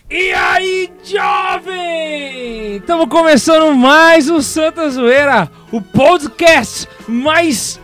E aí, jovem! Estamos começando mais um Santa Zoeira, o podcast mais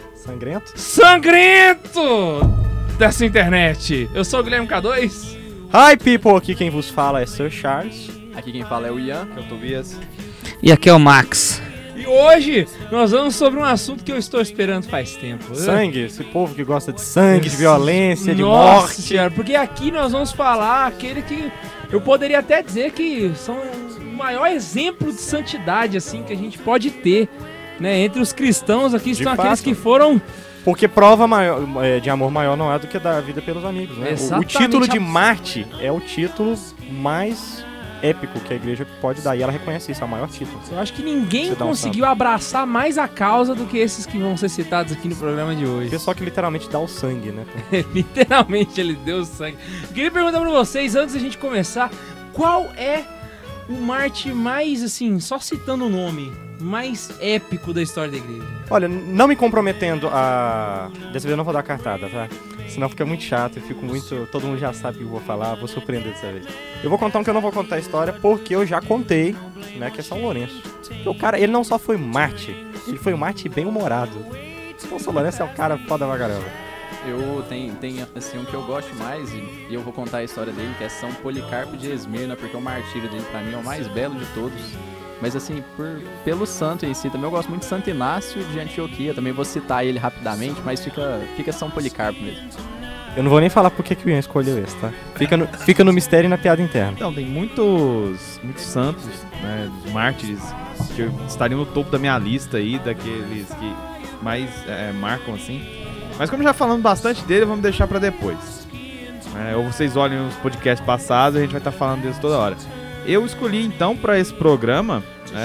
sangrento dessa internet. Eu sou o Guilherme K2. Hi, people! Aqui quem vos fala é Sir Charles. Aqui quem fala é o Ian, que é o Tobias. E aqui é o Max. E hoje nós vamos sobre um assunto que eu estou esperando faz tempo. Sangue, esse povo que gosta de sangue, de violência, de Nossa morte. Senhora, porque aqui nós vamos falar aquele que eu poderia até dizer que são o maior exemplo de santidade assim que a gente pode ter, né? Entre os cristãos aqui estão aqueles que foram... Porque prova maior, de amor maior não é do que dar vida pelos amigos, né? O título de Marte é o título mais épico que a igreja pode dar, e ela reconhece isso, é o maior título. Eu acho que ninguém conseguiu abraçar mais a causa do que esses que vão ser citados aqui no programa de hoje. O pessoal que literalmente dá o sangue, né? Literalmente ele deu o sangue. Eu queria perguntar pra vocês, antes da gente começar, qual é o Marte mais, assim, só citando o nome, mais épico da história da igreja? Olha, não me comprometendo a... Dessa vez eu não vou dar cartada, tá? Senão fica muito chato, eu fico muito... Todo mundo já sabe o que eu vou falar, vou surpreender dessa vez. Eu vou contar um que eu não vou contar a história, porque eu já contei, né, que é São Lourenço. O cara, ele não só foi Marte, ele foi um Marte bem-humorado. Então São Lourenço é um cara foda pra caramba. Eu tenho assim, um que eu gosto mais, e eu vou contar a história dele, que é São Policarpo de Esmirna, porque o martírio dele pra mim é o mais belo de todos. Mas assim, pelo santo em si, também eu gosto muito de Santo Inácio de Antioquia, também vou citar ele rapidamente, mas fica São Policarpo mesmo. Eu não vou nem falar por que o Ian escolheu esse, tá? Fica no mistério e na piada interna. Então, tem muitos santos, né, mártires, que estariam no topo da minha lista aí, daqueles que mais marcam, assim. Mas como já falamos bastante dele, vamos deixar pra depois. Ou vocês olhem os podcasts passados, a gente vai estar falando deles toda hora. Eu escolhi, então, para esse programa,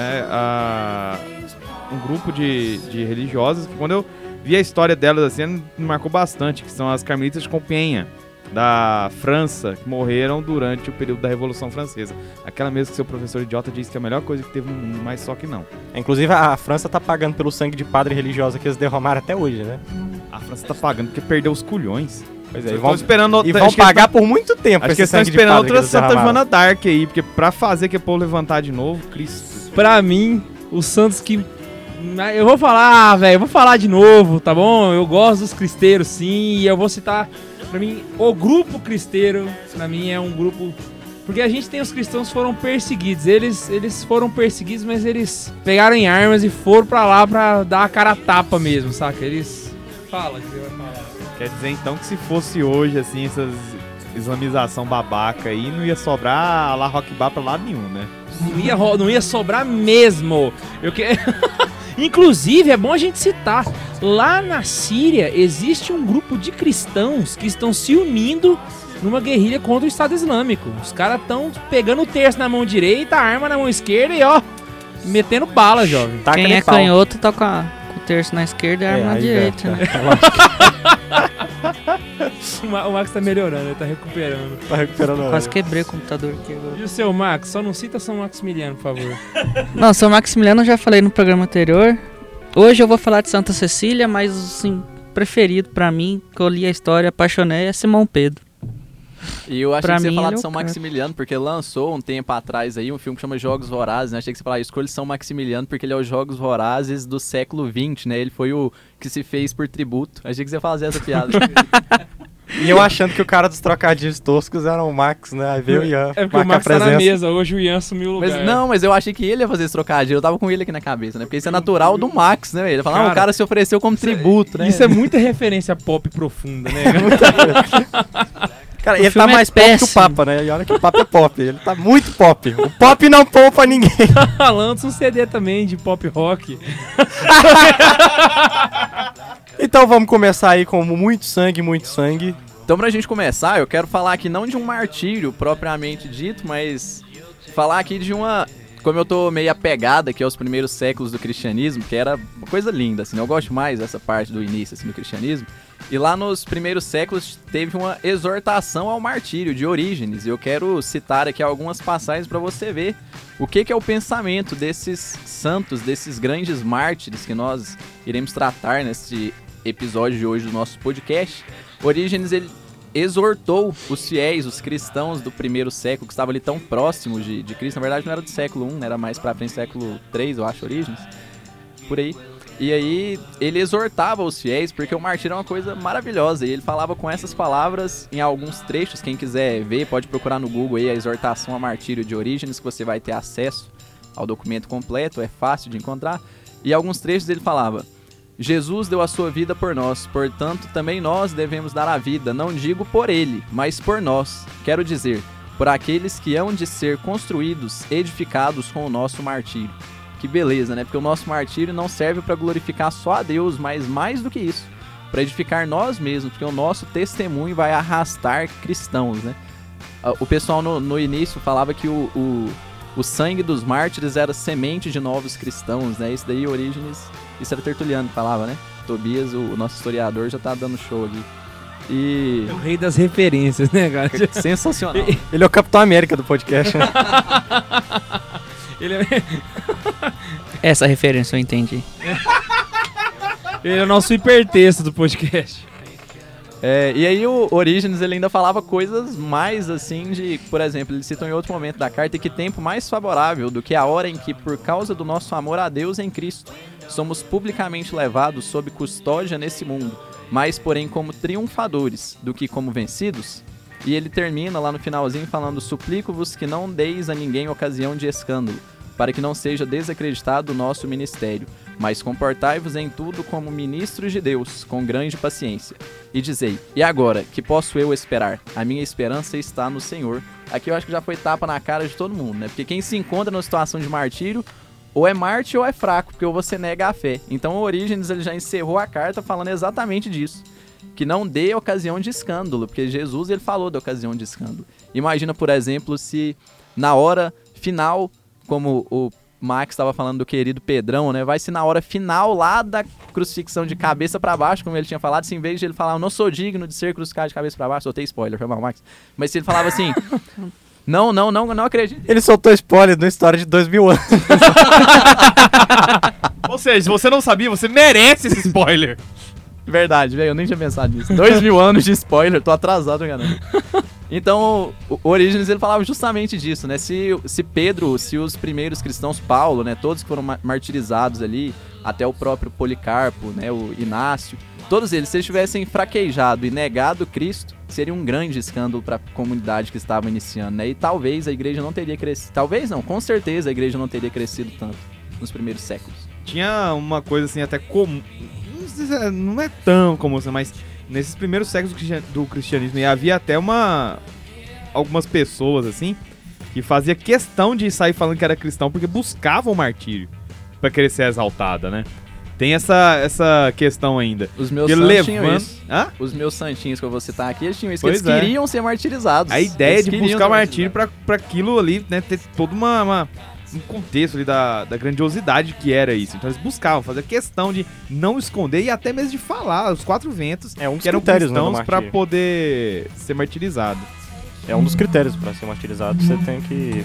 um grupo de religiosas que, quando eu vi a história delas, assim, me marcou bastante, que são as Carmelitas de Compiègne, da França, que morreram durante o período da Revolução Francesa. Aquela mesmo que seu professor idiota disse que é a melhor coisa que teve no mundo, mas só que não. Inclusive, a França tá pagando pelo sangue de padre religioso que eles derramaram até hoje, né? A França tá pagando porque perdeu os culhões. Pois é, vão pagar por muito tempo. Acho que estão esperando outra Santa Joana d'Arc aí, porque pra fazer que o povo levantar de novo, Cristo. Pra mim, os santos que... Eu vou falar, velho, vou falar de novo, tá bom? Eu gosto dos cristeiros, sim, e eu vou citar, pra mim, o grupo cristeiro, pra mim é um grupo... Porque a gente tem os cristãos que foram perseguidos, eles foram perseguidos, mas eles pegaram em armas e foram pra lá pra dar a cara a tapa mesmo, saca? Eles... Fala, que você vai falar. Quer dizer, então, que se fosse hoje, assim, essas islamização babaca aí, não ia sobrar a La Rock Bar pra lado nenhum, né? Não ia sobrar mesmo. Inclusive, é bom a gente citar, lá na Síria existe um grupo de cristãos que estão se unindo numa guerrilha contra o Estado Islâmico. Os caras estão pegando o terço na mão direita, a arma na mão esquerda e ó, metendo bala, jovem. Quem é canhoto tá com o terço na esquerda e a arma na direita, né? O Max tá melhorando, ele tá recuperando. Quase quebrei o computador aqui agora. E o seu Max? Só não cita São Maximiliano, por favor. Não, São Maximiliano eu já falei no programa anterior. Hoje eu vou falar de Santa Cecília, mas assim, preferido pra mim, que eu li a história, apaixonei, é Simão Pedro. E eu achei que você ia falar de São Maximiliano, porque lançou um tempo atrás aí um filme que chama Jogos Vorazes, né? Achei que você ia falar, escolha São Maximiliano, porque ele é os Jogos Vorazes do século XX, né? Ele foi o que se fez por tributo. Achei que você ia fazer essa piada. E eu achando que o cara dos trocadilhos toscos era o Max, né? Aí veio o Ian. É porque o Max tá na mesa, hoje o Ian assumiu o lugar. Mas eu achei que ele ia fazer esse trocadilho, eu tava com ele aqui na cabeça, né? Porque isso é natural do Max, né? Ele fala, o cara se ofereceu como tributo, né? Isso é muita referência pop profunda, né? Cara, ele tá mais pop que o Papa, né? E olha que o Papa é pop, ele tá muito pop. O pop não poupa ninguém. Lança um CD também de pop rock. Então vamos começar aí com muito sangue, muito sangue. Então pra gente começar, eu quero falar aqui não de um martírio propriamente dito, mas falar aqui de uma... Como eu tô meio apegado aqui aos primeiros séculos do cristianismo, que era uma coisa linda, assim, eu gosto mais dessa parte do início, assim, do cristianismo. E lá nos primeiros séculos teve uma exortação ao martírio de Orígenes. E eu quero citar aqui algumas passagens para você ver o que é o pensamento desses santos, desses grandes mártires que nós iremos tratar nesse episódio de hoje do nosso podcast. Orígenes, ele exortou os fiéis, os cristãos do primeiro século, que estavam ali tão próximos de Cristo. Na verdade não era do século I, era mais pra frente, século III, eu acho, Orígenes, por aí. E aí ele exortava os fiéis, porque o martírio é uma coisa maravilhosa, e ele falava com essas palavras em alguns trechos. Quem quiser ver, pode procurar no Google aí a exortação a martírio de Orígenes, que você vai ter acesso ao documento completo, é fácil de encontrar. E alguns trechos ele falava: Jesus deu a sua vida por nós, portanto também nós devemos dar a vida, não digo por ele, mas por nós, quero dizer, por aqueles que hão de ser construídos, edificados com o nosso martírio. Que beleza, né? Porque o nosso martírio não serve para glorificar só a Deus, mas mais do que isso, para edificar nós mesmos, porque o nosso testemunho vai arrastar cristãos, né? O pessoal no início falava que o sangue dos mártires era semente de novos cristãos, né? Isso daí, Orígenes, isso era Tertuliano que falava, né? Tobias, o nosso historiador, já tá dando show aqui. E... É o rei das referências, né, cara? Sensacional. Ele é o Capitão América do podcast, né? Ele é... Essa referência eu entendi. Ele é o nosso hipertexto do podcast. E aí o Orígenes ele ainda falava coisas mais assim de, por exemplo, ele citou em outro momento da carta que tempo mais favorável do que a hora em que, por causa do nosso amor a Deus em Cristo, somos publicamente levados sob custódia nesse mundo, mas porém como triunfadores do que como vencidos. E ele termina lá no finalzinho falando: suplico-vos que não deis a ninguém ocasião de escândalo, para que não seja desacreditado o nosso ministério, mas comportai-vos em tudo como ministros de Deus, com grande paciência. E dizei: e agora, que posso eu esperar? A minha esperança está no Senhor. Aqui eu acho que já foi tapa na cara de todo mundo, né? Porque quem se encontra numa situação de martírio, ou é mártir ou é fraco, porque ou você nega a fé. Então o Orígenes ele já encerrou a carta falando exatamente disso. Que não dê ocasião de escândalo, porque Jesus ele falou da ocasião de escândalo. Imagina, por exemplo, se na hora final, como o Max estava falando do querido Pedrão, né? Vai se na hora final lá da crucifixão de cabeça para baixo, como ele tinha falado, se em vez de ele falar: eu não sou digno de ser crucificado de cabeça para baixo, soltei spoiler, foi mal, Max. Mas se ele falava assim: não acredito. Ele soltou spoiler numa história de 2000 anos. Ou seja, se você não sabia, você merece esse spoiler. Verdade, velho, eu nem tinha pensado nisso. 2000 anos de spoiler, tô atrasado, galera. Então, o Orígenes ele falava justamente disso, né? Se Pedro, se os primeiros cristãos, Paulo, né? Todos que foram martirizados ali, até o próprio Policarpo, né? O Inácio, todos eles, se eles tivessem fraquejado e negado Cristo, seria um grande escândalo para a comunidade que estava iniciando, né? E talvez a igreja não teria crescido. Talvez não, com certeza a igreja não teria crescido tanto nos primeiros séculos. Tinha uma coisa assim até comum. Não é tão comum assim, mas nesses primeiros séculos do cristianismo havia até algumas pessoas assim que fazia questão de sair falando que era cristão porque buscavam o martírio para querer ser exaltada, né? Tem essa questão ainda. Os meus santos tinham isso. Hã? Os meus santinhos que eu vou citar aqui, eles tinham isso. Eles queriam ser martirizados. A ideia de buscar o martírio para aquilo ali, né, ter todo um contexto ali da grandiosidade que era isso. Então eles buscavam fazer questão de não esconder e até mesmo de falar os quatro ventos que eram critérios, cristãos para poder ser martirizado. É um dos critérios para ser martirizado. Você tem que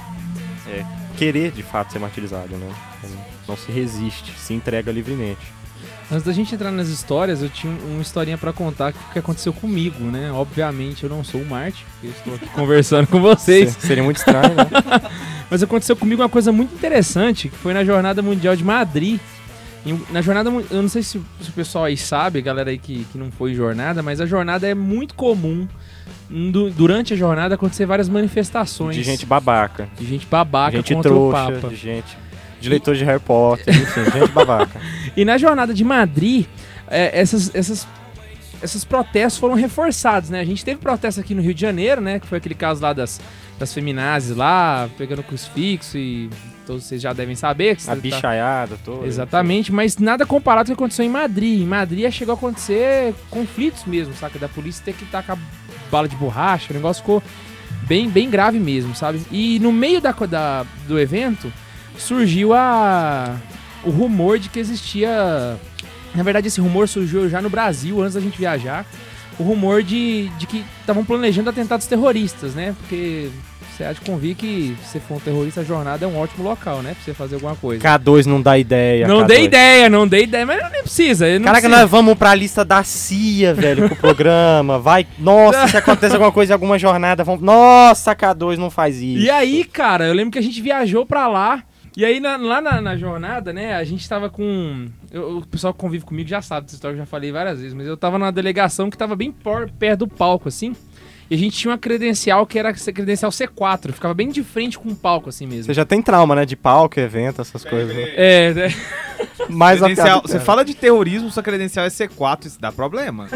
querer de fato ser martirizado, né? Não se resiste, se entrega livremente. Antes da gente entrar nas histórias, eu tinha uma historinha pra contar que aconteceu comigo, né? Obviamente eu não sou um mártir, porque eu estou aqui conversando com vocês. Seria muito estranho, né? Mas aconteceu comigo uma coisa muito interessante, que foi na Jornada Mundial de Madrid. Na jornada, eu não sei se o pessoal aí sabe, galera aí que não foi em jornada, mas a jornada é muito comum, durante a jornada, acontecer várias manifestações. De gente babaca. De gente babaca gente contra trouxa, o Papa. De leitores de Harry Potter, enfim, gente babaca. E na Jornada de Madrid, esses protestos foram reforçados, né? A gente teve protesto aqui no Rio de Janeiro, né? Que foi aquele caso lá das feminazes lá, pegando crucifixo e todos vocês já devem saber. Que a bichaiada toda. Exatamente, mas nada comparado com o que aconteceu em Madrid. Em Madrid chegou a acontecer conflitos mesmo, saca? Da polícia ter que tacar bala de borracha, o negócio ficou bem, bem grave mesmo, sabe? E no meio do evento, surgiu o rumor de que existia... Na verdade, esse rumor surgiu já no Brasil, antes da gente viajar. o rumor de que estavam planejando atentados terroristas, né? Porque você há de convir que se for um terrorista, a jornada é um ótimo local, né? Pra você fazer alguma coisa. K2 não dá ideia. Não K2. dei ideia, mas nem precisa. Caraca, nós vamos pra lista da CIA, velho, com o programa. Vai, nossa, se acontece alguma coisa em alguma jornada, vamos... Nossa, K2 não faz isso. E aí, cara, eu lembro que a gente viajou pra lá. E aí, lá na jornada, né, a gente tava com... o pessoal que convive comigo já sabe dessa história, eu já falei várias vezes. Mas eu tava numa delegação que tava bem perto do palco, assim. E a gente tinha uma credencial que era credencial C4. Ficava bem de frente com o palco, assim mesmo. Você já tem trauma, né, de palco, evento, essas coisas. Né? Mas você fala de terrorismo, sua credencial é C4, isso dá problema.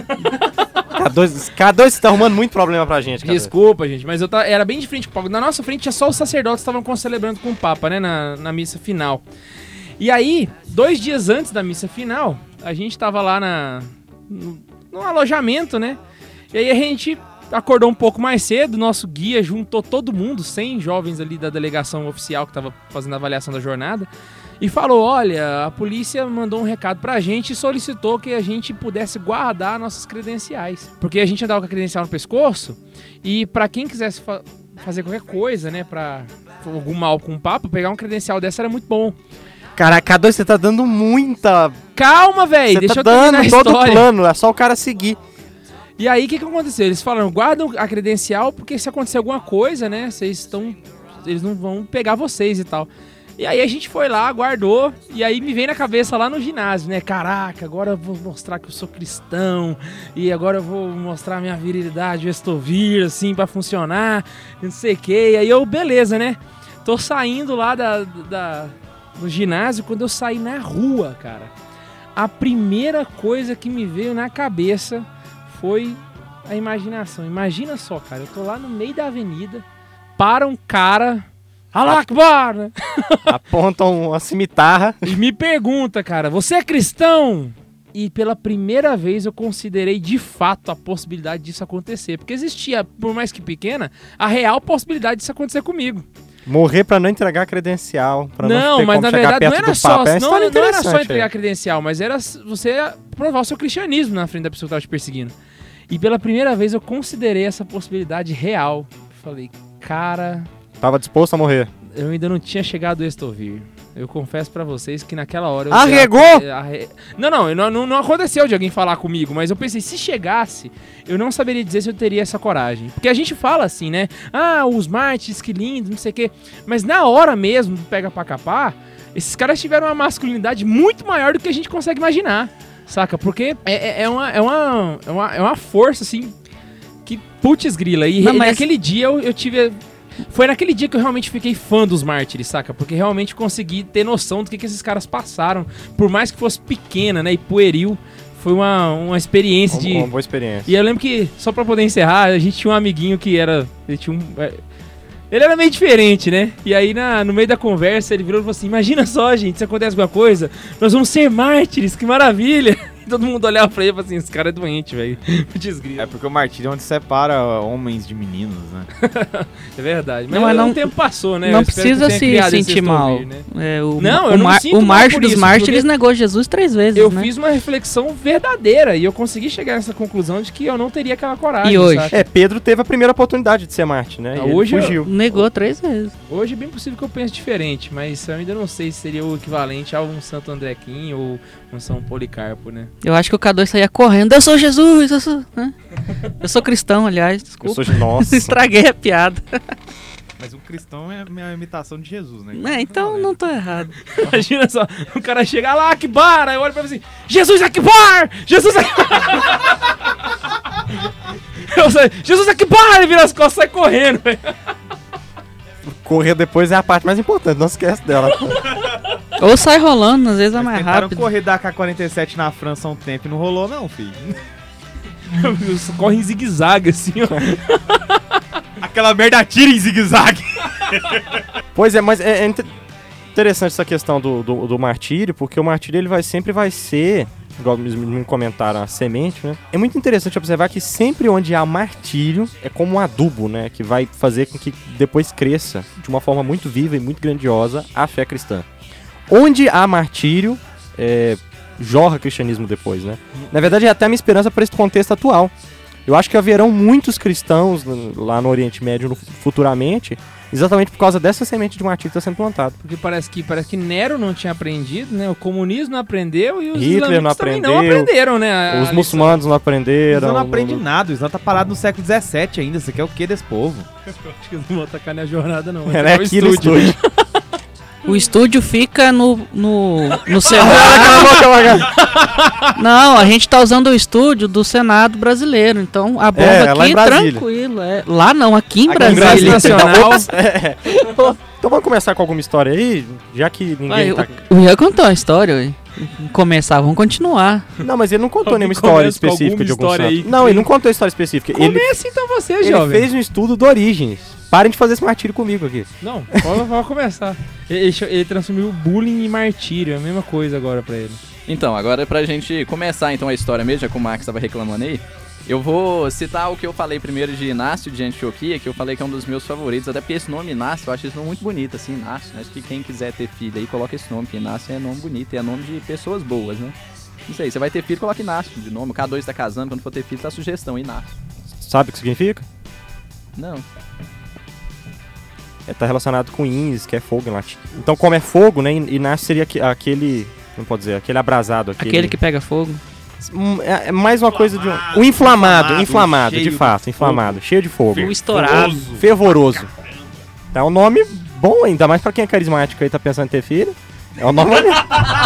K2, você tá arrumando muito problema pra gente, cara. Desculpa, gente, mas era bem de frente com o palco. Na nossa frente tinha só os sacerdotes que estavam celebrando com o Papa, né, na missa final. E aí, 2 dias antes da missa final, a gente tava lá no alojamento, né? E aí a gente acordou um pouco mais cedo, nosso guia juntou todo mundo, 100 jovens ali da delegação oficial que tava fazendo a avaliação da jornada, e falou, olha, a polícia mandou um recado pra gente e solicitou que a gente pudesse guardar nossas credenciais. Porque a gente andava com a credencial no pescoço, e pra quem quisesse fazer qualquer coisa, né, pra algum mal com o Papa, pegar uma credencial dessa era muito bom. Caraca, K2, você tá dando muita... Calma, velho, deixa eu terminar a história. Todo o plano, é só o cara seguir. E aí, o que aconteceu? Eles falaram, guardam a credencial, porque se acontecer alguma coisa, né, eles não vão pegar vocês e tal. E aí a gente foi lá, guardou, e aí me vem na cabeça lá no ginásio, né, caraca, agora eu vou mostrar que eu sou cristão, e agora eu vou mostrar minha virilidade, o estovir, assim, pra funcionar, não sei o que. E aí eu, beleza, né, tô saindo lá do ginásio, quando eu saí na rua, cara, a primeira coisa que me veio na cabeça foi a imaginação. Imagina só, cara, eu tô lá no meio da avenida, para um cara, Allah Akbar, né? Apontam uma cimitarra e me pergunta, cara, você é cristão? E pela primeira vez eu considerei de fato a possibilidade disso acontecer, porque existia, por mais que pequena, a real possibilidade disso acontecer comigo. Morrer pra não entregar a credencial, pra não ter mas como na chegar verdade perto não era do só, Papa. não era só entregar a credencial, mas era você provar o seu cristianismo na frente da pessoa que estava te perseguindo. E pela primeira vez eu considerei essa possibilidade real. Falei, cara... Tava disposto a morrer. Eu ainda não tinha chegado a este ouvir. Eu confesso pra vocês que naquela hora... Arregou? Não aconteceu de alguém falar comigo, mas eu pensei, se chegasse, eu não saberia dizer se eu teria essa coragem. Porque a gente fala assim, né? Ah, os mártires, que lindo, não sei o quê. Mas na hora mesmo, do pega pra capar, esses caras tiveram uma masculinidade muito maior do que a gente consegue imaginar. Saca? Porque é uma força, assim, que putz grila. E naquele dia eu tive... Foi naquele dia que eu realmente fiquei fã dos mártires, saca? Porque realmente consegui ter noção do que esses caras passaram. Por mais que fosse pequena, né? E pueril, foi uma experiência Uma boa experiência. E eu lembro que, só pra poder encerrar, a gente tinha um amiguinho que era... Ele era meio diferente, né? E aí, no meio da conversa, ele virou e falou assim, imagina só, gente, se acontece alguma coisa, nós vamos ser mártires, que maravilha! E todo mundo olhava pra ele e falava assim, esse cara é doente, velho. É porque o martírio é onde separa homens de meninos, né? É verdade. Mas o tempo passou, né? Não precisa se sentir mal. Né? Eu não me sinto o Mártir dos Mártires negou Jesus 3 vezes, eu né? fiz uma reflexão verdadeira e eu consegui chegar nessa conclusão de que eu não teria aquela coragem. E hoje? Saca? Pedro teve a primeira oportunidade de ser mártir, né? E hoje ele fugiu. Negou 3 vezes. Hoje é bem possível que eu pense diferente, mas eu ainda não sei se seria o equivalente a um Santo André Quim ou um São Policarpo, né? Eu acho que o K2 saía correndo. Eu sou Jesus, né? Eu sou cristão, aliás, desculpa. Nossa. Estraguei a piada. Mas um cristão é a minha imitação de Jesus, né? Então não tô errado. Imagina só, o cara chega lá, Akbar, aí olha pra mim assim, Jesus Akbar! Jesus Akbar! Jesus Akbar! Ele vira as costas e sai correndo, velho. Correr depois é a parte mais importante, não esquece dela. Ou sai rolando, às vezes é mais rápido. Correr da AK-47 na França há um tempo e não rolou não, filho. Corre em zigue-zague, assim, ó. Aquela merda tira em zigue-zague. Pois é, mas é interessante essa questão do martírio, porque o martírio ele sempre vai ser, igual me comentaram, a semente, né? É muito interessante observar que sempre onde há martírio é como um adubo, né? Que vai fazer com que depois cresça de uma forma muito viva e muito grandiosa a fé cristã. Onde há martírio, jorra cristianismo depois, né? Na verdade, é até a minha esperança para esse contexto atual. Eu acho que haverão muitos cristãos lá no Oriente Médio futuramente, exatamente por causa dessa semente de martírio que está sendo plantada. Porque parece que Nero não tinha aprendido, né? O comunismo não aprendeu e os Hitler não islâmicos também aprendeu, não aprenderam, né? Os muçulmanos não aprenderam. Eles não aprendem nada, o Islã tá parado no século XVII ainda. Você quer o que desse povo? Acho que eles não vão atacar na jornada, não. É aqui no estúdio. O estúdio fica no Senado. Não, a gente tá usando o estúdio do Senado brasileiro. Então a bomba lá aqui em Brasília. tranquilo. Lá não, aqui em Aqui Brasília. Nacional. Então vamos começar com alguma história aí, já que ninguém tá... O Ian contou a história, ué. Começar, vamos continuar. Não, mas ele não contou nenhuma Começa história com específica alguma de algum história santo. aí que Não, ele não contou história específica. Comece então você, Ele jovem. fez um estudo do Orígenes. Parem de fazer esse martírio comigo aqui. Não, pode começar. Ele transformou o bullying em martírio, é a mesma coisa agora pra ele. Então, agora pra gente começar então a história mesmo, já que o Max estava reclamando aí, eu vou citar o que eu falei primeiro de Inácio de Antioquia, que eu falei que é um dos meus favoritos, até porque esse nome Inácio, eu acho esse nome muito bonito, assim, Inácio, né? Acho que quem quiser ter filho aí, coloca esse nome, porque Inácio é nome bonito, e é nome de pessoas boas, né? Não sei, você vai ter filho, coloca Inácio de nome, o K2 tá casando, quando for ter filho, tá sugestão, Inácio. Sabe o que significa? Não. Tá relacionado com Ins, que é fogo em latim. Então, como é fogo, né, Inácio seria aquele, não pode dizer, aquele abrasado. Aquele que pega fogo. É mais uma coisa de um inflamado, de cheio fato, de inflamado, cheio de fogo. O estourado. Fervoroso. É um nome bom, ainda mais pra quem é carismático e tá pensando em ter filho. É um nome bonito.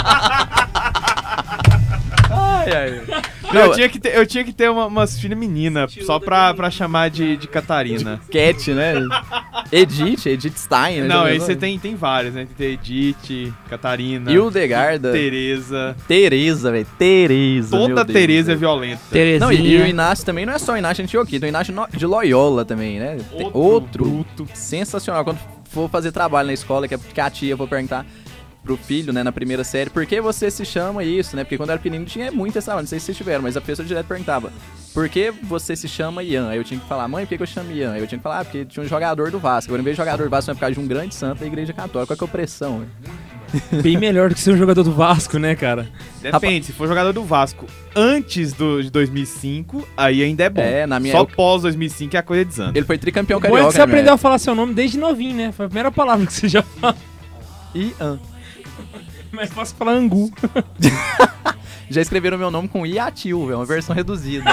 Eu tinha que ter umas filhas meninas, só pra chamar de Catarina. Cat, né? Edith Stein, né? Não, aí você tem várias, né? Tem Edith, Catarina, Hildegarda. Tereza. Tereza, velho. Tereza. Toda meu Tereza é Deus, violenta. Terezinha. Não, e o Inácio também não é só o Inácio Antioquia, tem o Inácio de Loyola também, né? Tem outro bruto. sensacional. Quando for fazer trabalho na escola, que a tia for perguntar pro filho, né, na primeira série, por que você se chama isso, né? Porque quando eu era pequeno tinha muito essa, não sei se vocês tiveram, mas a pessoa direto perguntava, por que você se chama Ian? Aí eu tinha que falar, mãe, por que eu chamo Ian? Aí eu tinha que falar, porque tinha um jogador do Vasco. Agora, em vez de jogador do Vasco, é por causa de um grande santo da Igreja Católica. Qual que é a opressão, velho? Bem melhor do que ser um jogador do Vasco, né, cara? Depende, se for jogador do Vasco antes de 2005, aí ainda é bom. É, na minha Só época- pós 2005 é a coisa desanda. Ele foi tricampeão O bom é carioca, que você né, aprendeu minha a falar seu nome desde novinho, né? Foi a primeira palavra que você já fala. Ian. Mais fácil falar angu. Já escreveram meu nome com Iatil, velho, uma versão reduzida.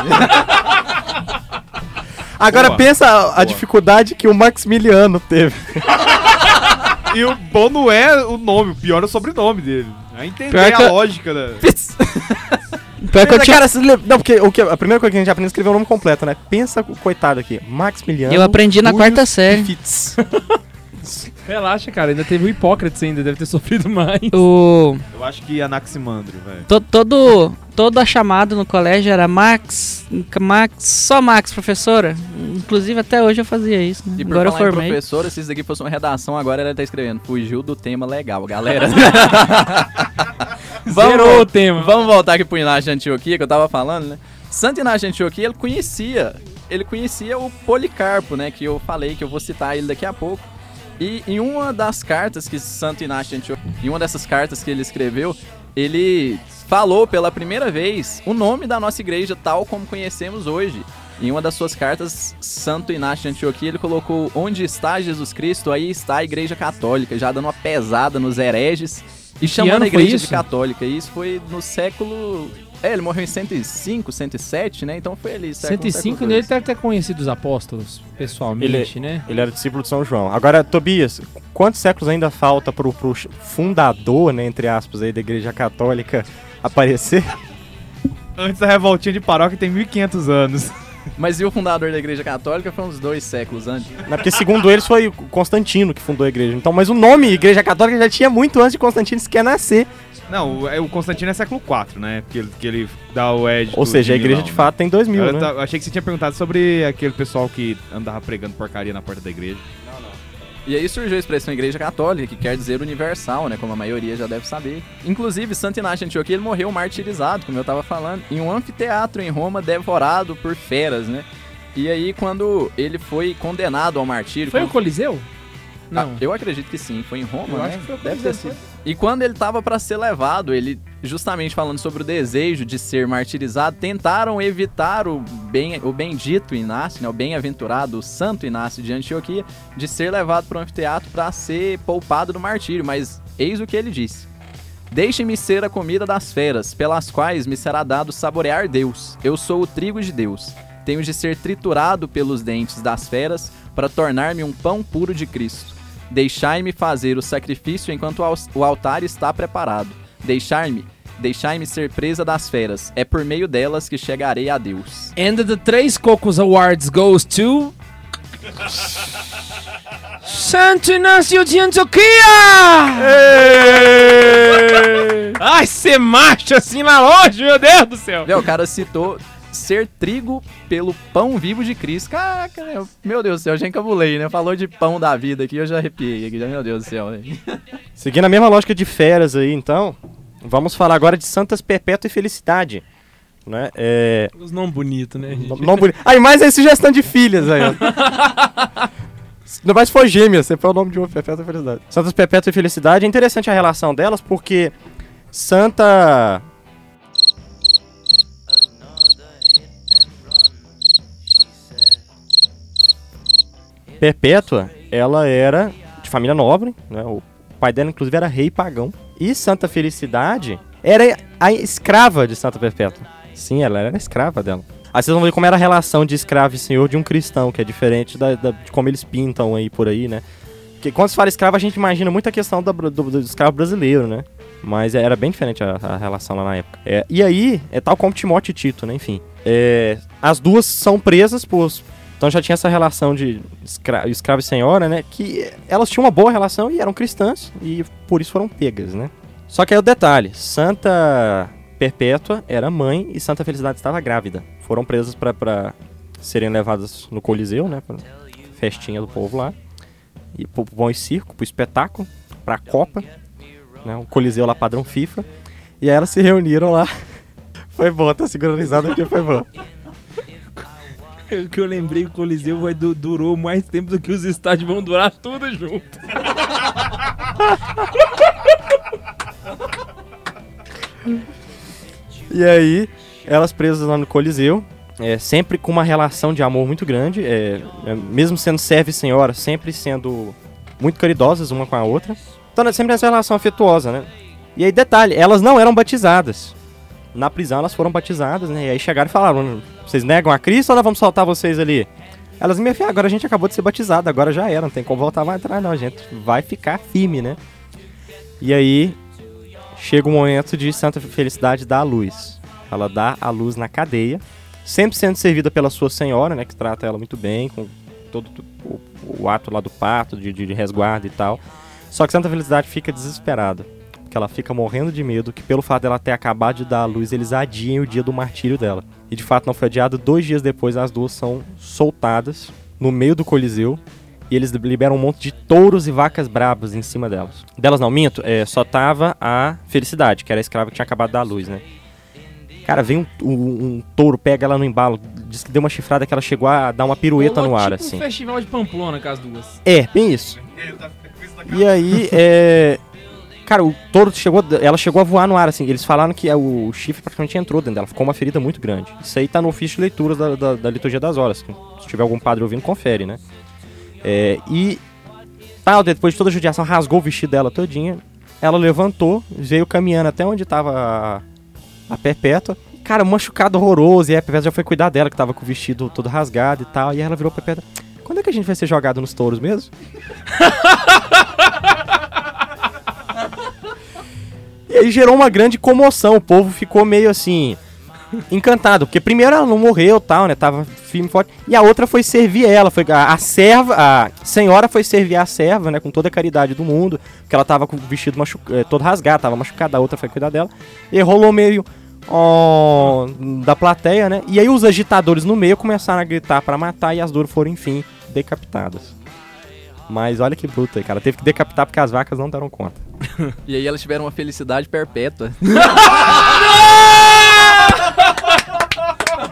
Agora Boa. pensa a dificuldade que o Maximiliano teve. E o bom não é o nome, o pior é o sobrenome dele. A entender Pior que a eu- lógica da... Pior que eu Pensa, tinha... cara, não, porque a primeira coisa que a gente aprende é escrever o nome completo, né? Pensa o coitado aqui, Maximiliano. Eu aprendi na Július quarta série. Fitz. Relaxa, cara. Ainda teve o Hipócrates ainda. Deve ter sofrido mais. O... Eu acho que Anaximandro, velho. Toda a chamada no colégio era Max, só Max, professora. Inclusive até hoje eu fazia isso, né? E por Agora eu falar em formei. professora, se isso daqui fosse uma redação, agora ela tá escrevendo. Fugiu do tema legal, galera. Zerou o tema. Vamos voltar aqui pro Inácio de Antioquia, que eu tava falando, né? Santo Inácio de Antioquia, ele conhecia o Policarpo, né? Que eu falei, que eu vou citar ele daqui a pouco. E em uma das cartas que Santo Inácio de Antioquia, em uma dessas cartas que ele escreveu, ele falou pela primeira vez o nome da nossa igreja tal como conhecemos hoje. Em uma das suas cartas, Santo Inácio de Antioquia, ele colocou: onde está Jesus Cristo, aí está a Igreja Católica, já dando uma pesada nos hereges e chamando ano a foi igreja isso? de católica. E isso foi no século... ele morreu em 105, 107, né? Então foi ali, século 105, II. ele deve ter conhecido os apóstolos pessoalmente, né? Ele era discípulo de São João. Agora, Tobias, quantos séculos ainda falta pro fundador, né, entre aspas, aí, da Igreja Católica aparecer? Antes da revoltinha de paróquia tem 1500 anos. Mas e o fundador da Igreja Católica foi uns 2 séculos antes. Né, porque segundo eles foi o Constantino que fundou a igreja. Então, mas o nome Igreja Católica já tinha muito antes de Constantino sequer nascer. Não, o Constantino é século IV, né? Que ele dá o Edge. Ou seja, a igreja de fato tem 2000, Eu né? achei que você tinha perguntado sobre aquele pessoal que andava pregando porcaria na porta da igreja. E aí surgiu a expressão Igreja Católica, que quer dizer universal, né? Como a maioria já deve saber. Inclusive, Santo Inácio de Antioquia, ele morreu martirizado, como eu tava falando, em um anfiteatro em Roma, devorado por feras, né? E aí, quando ele foi condenado ao martírio... Foi o Coliseu? Ah, Não. eu acredito que sim, foi em Roma, Eu né? acho que foi o Deve Coliseu, ter sido. E quando ele tava pra ser levado, ele justamente falando sobre o desejo de ser martirizado, tentaram evitar o bendito Inácio, né, o bem-aventurado, o santo Inácio de Antioquia, de ser levado para o anfiteatro para ser poupado do martírio, mas eis o que ele disse. Deixem-me ser a comida das feras, pelas quais me será dado saborear Deus. Eu sou o trigo de Deus. Tenho de ser triturado pelos dentes das feras para tornar-me um pão puro de Cristo. Deixai-me fazer o sacrifício enquanto o altar está preparado. Deixai-me ser presa das feras. É por meio delas que chegarei a Deus. And the 3 Cocos Awards goes to... Santo Inácio de Antioquia! Ai, ser macho assim lá longe, meu Deus do céu! O cara citou ser trigo pelo pão vivo de Cristo. Caraca, meu Deus do céu, eu já encabulei, né? Falou de pão da vida aqui, eu já arrepiei aqui, meu Deus do céu. Né? Seguindo a mesma lógica de feras aí, então, vamos falar agora de Santas Perpétua e Felicidade. Né? Os nomes bonitos, né, gente? Nome bonito. Aí, mais aí sugestão de filhas aí, ó. Não, mas foi gêmeas, sempre foi o nome de uma, Perpétua e Felicidade. Santas Perpétua e Felicidade, é interessante a relação delas, porque Santa... Perpétua, ela era de família nobre, né? O pai dela, inclusive, era rei pagão. E Santa Felicidade era a escrava de Santa Perpétua. Sim, ela era a escrava dela. Aí vocês vão ver como era a relação de escravo e senhor de um cristão, que é diferente de como eles pintam aí por aí, né? Porque quando se fala escravo, a gente imagina muita questão do escravo brasileiro, né? Mas era bem diferente a relação lá na época. E aí, é tal como Timóteo e Tito, né? Enfim. As duas são presas por... Então já tinha essa relação de escravo e senhora, né? Que elas tinham uma boa relação e eram cristãs, e por isso foram pegas, né? Só que aí o detalhe, Santa Perpétua era mãe e Santa Felicidade estava grávida. Foram presas para serem levadas no Coliseu, né? Pra festinha do povo lá. E pro pão e circo, pro espetáculo, pra Copa. Né? Um Coliseu lá padrão FIFA. E aí elas se reuniram lá. Foi bom, tá sincronizado porque foi bom. O que eu lembrei, o Coliseu durou mais tempo do que os estádios vão durar tudo junto. E aí, elas presas lá no Coliseu, sempre com uma relação de amor muito grande, mesmo sendo serva e senhora, sempre sendo muito caridosas uma com a outra. Então, sempre essa relação afetuosa, né? E aí, detalhe, elas não eram batizadas. Na prisão elas foram batizadas, né? E aí chegaram e falaram, vocês negam a Cristo ou nós vamos soltar vocês ali? Elas, minha filha, agora a gente acabou de ser batizado, agora já era, não tem como voltar mais atrás não, a gente vai ficar firme, né? E aí, chega o momento de Santa Felicidade dar a luz. Ela dá a luz na cadeia, sempre sendo servida pela sua senhora, né? Que trata ela muito bem, com todo o ato lá do parto, de resguardo e tal. Só que Santa Felicidade fica desesperada. Que ela fica morrendo de medo que pelo fato dela ter acabado de dar a luz, eles adiem o dia do martírio dela. E de fato não foi adiado, 2 dias depois as duas são soltadas no meio do Coliseu e eles liberam um monte de touros e vacas brabas em cima delas. Delas não, minto, só tava a Felicidade, que era a escrava que tinha acabado de dar a luz, né? Cara, vem um touro, pega ela no embalo, diz que deu uma chifrada que ela chegou a dar uma pirueta no ar, assim. Um festival de Pamplona com as duas. Bem isso. E aí, cara, o touro ela chegou a voar no ar, assim. Eles falaram que o chifre praticamente entrou dentro dela. Ficou uma ferida muito grande. Isso aí tá no ofício de leituras da Liturgia das Horas. Se tiver algum padre ouvindo, confere, né? Depois de toda a judiação, rasgou o vestido dela todinha. Ela levantou, veio caminhando até onde tava a Perpétua. Cara, machucado horroroso. E a Perpétua já foi cuidar dela, que tava com o vestido todo rasgado e tal. E aí ela virou pra Perpétua. Quando é que a gente vai ser jogado nos touros mesmo? E aí gerou uma grande comoção, o povo ficou meio assim, encantado, porque primeiro ela não morreu, tal, né, tava firme e forte, e a outra foi servir ela, foi a senhora foi servir a serva, né, com toda a caridade do mundo, porque ela tava com o vestido todo rasgado, tava machucada, a outra foi cuidar dela, e rolou meio da plateia, né, e aí os agitadores no meio começaram a gritar pra matar, e as duas foram, enfim, decapitadas. Mas olha que bruto aí, cara. Teve que decapitar porque as vacas não deram conta. E aí elas tiveram uma felicidade perpétua.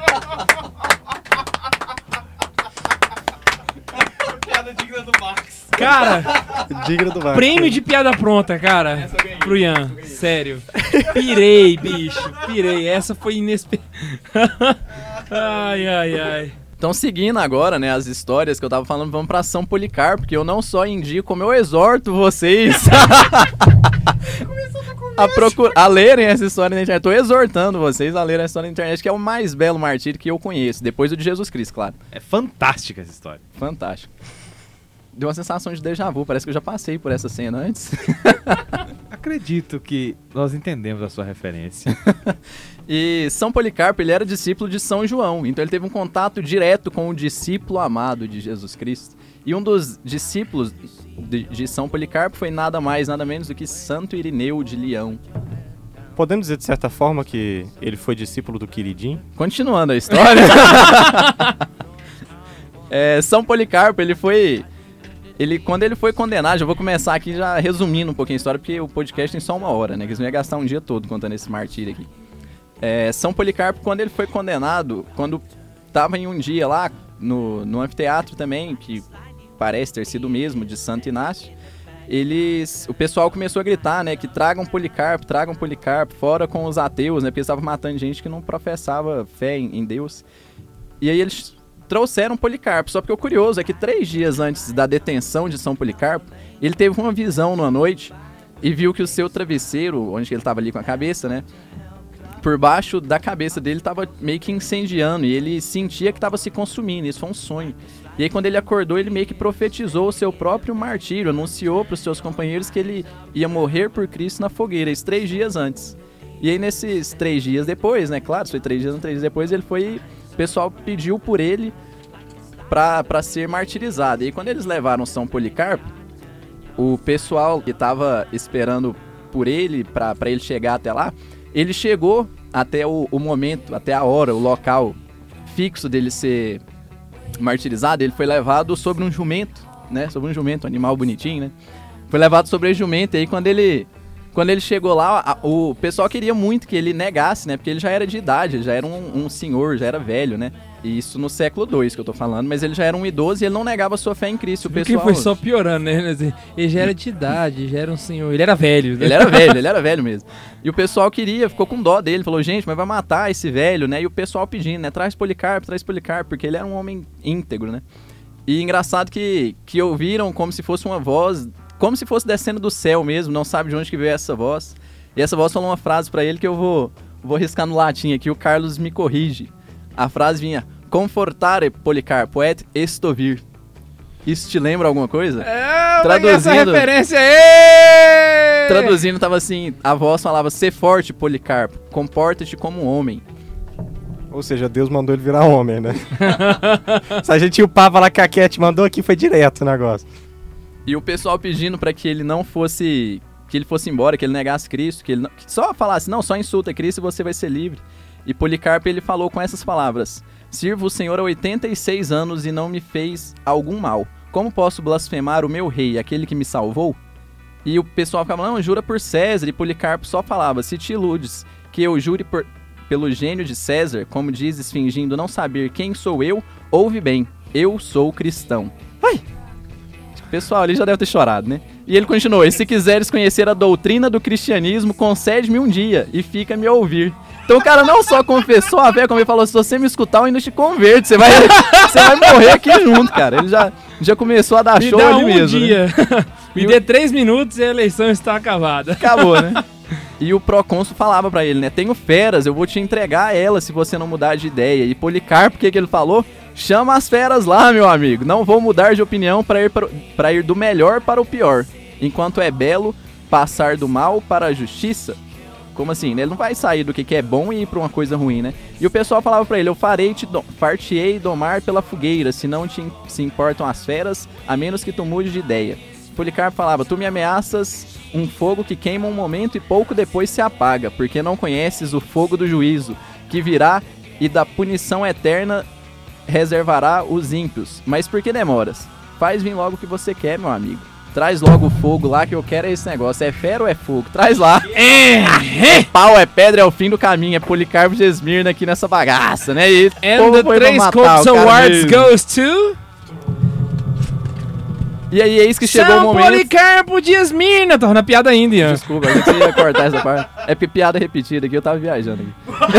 Piada digna do Max. Cara, Digno do Marcos. prêmio de piada pronta, cara. Pro Ian, sério. Pirei, bicho. Pirei. Essa foi inesperada. Ai. Então, seguindo agora, né, as histórias que eu tava falando, vamos pra São Policarpo, que eu não só indico, como eu exorto vocês a lerem essa história na internet. Tô exortando vocês a lerem essa história na internet, que é o mais belo martírio que eu conheço, depois do de Jesus Cristo, claro. É fantástica essa história. Fantástico. Deu uma sensação de déjà vu, parece que eu já passei por essa cena antes. Acredito que nós entendemos a sua referência. E São Policarpo, ele era discípulo de São João, então ele teve um contato direto com o discípulo amado de Jesus Cristo. E um dos discípulos de São Policarpo foi nada mais, nada menos do que Santo Irineu de Leão. Podemos dizer, de certa forma, que ele foi discípulo do Queridinho? Continuando a história. São Policarpo, quando ele foi condenado, já vou começar aqui já resumindo um pouquinho a história, porque o podcast tem só 1 hora, né? Que eles não iam gastar um dia todo contando esse martírio aqui. São Policarpo, quando ele foi condenado, quando estava em um dia lá no anfiteatro também, que parece ter sido o mesmo, de Santo Inácio, o pessoal começou a gritar, né, que tragam Policarpo, fora com os ateus, né, porque eles estavam matando gente que não professava fé em Deus. E aí eles trouxeram Policarpo, só porque o curioso é que 3 dias antes da detenção de São Policarpo, ele teve uma visão numa noite e viu que o seu travesseiro, onde ele estava ali com a cabeça, né, por baixo da cabeça dele estava meio que incendiando e ele sentia que estava se consumindo, isso foi um sonho. E aí quando ele acordou, ele meio que profetizou o seu próprio martírio, anunciou para os seus companheiros que ele ia morrer por Cristo na fogueira, esses 3 dias antes. E aí nesses 3 dias depois, né, claro, foi 3 dias depois, ele foi... O pessoal pediu por ele para ser martirizado. E quando eles levaram São Policarpo, o pessoal que estava esperando por ele, para ele chegar até lá, ele chegou até o momento, até a hora, o local fixo dele ser martirizado. Ele foi levado sobre um jumento, né? Sobre um jumento, um animal bonitinho, né? Foi levado sobre o jumento. E aí quando ele chegou lá, o pessoal queria muito que ele negasse, né? Porque ele já era de idade, ele já era um senhor, já era velho, né? E isso no século II que eu tô falando, mas ele já era um idoso e ele não negava sua fé em Cristo. O pessoal... Que foi só piorando, né? Ele já era de idade, já era um senhor, ele era velho, né? Ele era velho mesmo. E o pessoal ficou com dó dele, falou, gente, mas vai matar esse velho, né? E o pessoal pedindo, né? Traz Policarpo, porque ele era um homem íntegro, né? E engraçado que ouviram como se fosse uma voz... Como se fosse descendo do céu mesmo, não sabe de onde que veio essa voz. E essa voz falou uma frase pra ele que eu vou riscar no latim aqui, o Carlos me corrige. A frase vinha, confortare Policarpo et estovir. Isso te lembra alguma coisa? Traduzindo, essa referência aí! Traduzindo, tava assim, a voz falava, "Sê forte, Policarpo, comporta-te como um homem." Ou seja, Deus mandou ele virar homem, né? Se a gente upava lá que a Cat mandou aqui, foi direto o negócio. E o pessoal pedindo pra que ele não fosse... Que ele fosse embora, que ele negasse Cristo, que só falasse, não, só insulta Cristo e você vai ser livre. E Policarpo, ele falou com essas palavras, "Sirvo o Senhor há 86 anos e não me fez algum mal. Como posso blasfemar o meu rei, aquele que me salvou?" E o pessoal ficava, não, jura por César. E Policarpo só falava, "Se te iludes que eu jure pelo gênio de César, como dizes, fingindo não saber quem sou eu, ouve bem, eu sou cristão." Ai! O pessoal ali já deve ter chorado, né? E ele continuou, "E se quiseres conhecer a doutrina do cristianismo, concede-me um dia e fica-me a ouvir." Então o cara não só confessou a fé, como ele falou, se você me escutar, eu ainda te converto. Você vai morrer aqui junto, cara. Ele já começou a dar show ali mesmo. Dia. Né? Me dê 3 minutos e a eleição está acabada. Acabou, né? E o procônsul falava pra ele, né? "Tenho feras, eu vou te entregar ela se você não mudar de ideia." E Policarpo, o que ele falou? "Chama as feras lá, meu amigo. Não vou mudar de opinião pra ir do melhor para o pior. Enquanto é belo, passar do mal para a justiça." Como assim? Ele não vai sair do que é bom e ir pra uma coisa ruim, né? E o pessoal falava pra ele, "Eu far-te-ei domar pela fogueira, se não se importam as feras, a menos que tu mude de ideia." Policarpo falava, "Tu me ameaças um fogo que queima um momento e pouco depois se apaga, porque não conheces o fogo do juízo, que virá e da punição eterna reservará os ímpios. Mas por que demoras? Faz vir logo o que você quer, meu amigo. Traz logo o fogo lá, que eu quero esse negócio. É fera ou é fogo? Traz lá." É pau, é pedra, é o fim do caminho. É Policarpo de Esmirna aqui nessa bagaça, né? E and the 3 Scopes Awards goes to... E aí, eis que chegou o São momento... Policarpo de Esmirna. Tô na piada ainda, Ian. Desculpa, a gente ia cortar essa parte. É porque piada repetida aqui, eu tava viajando aqui.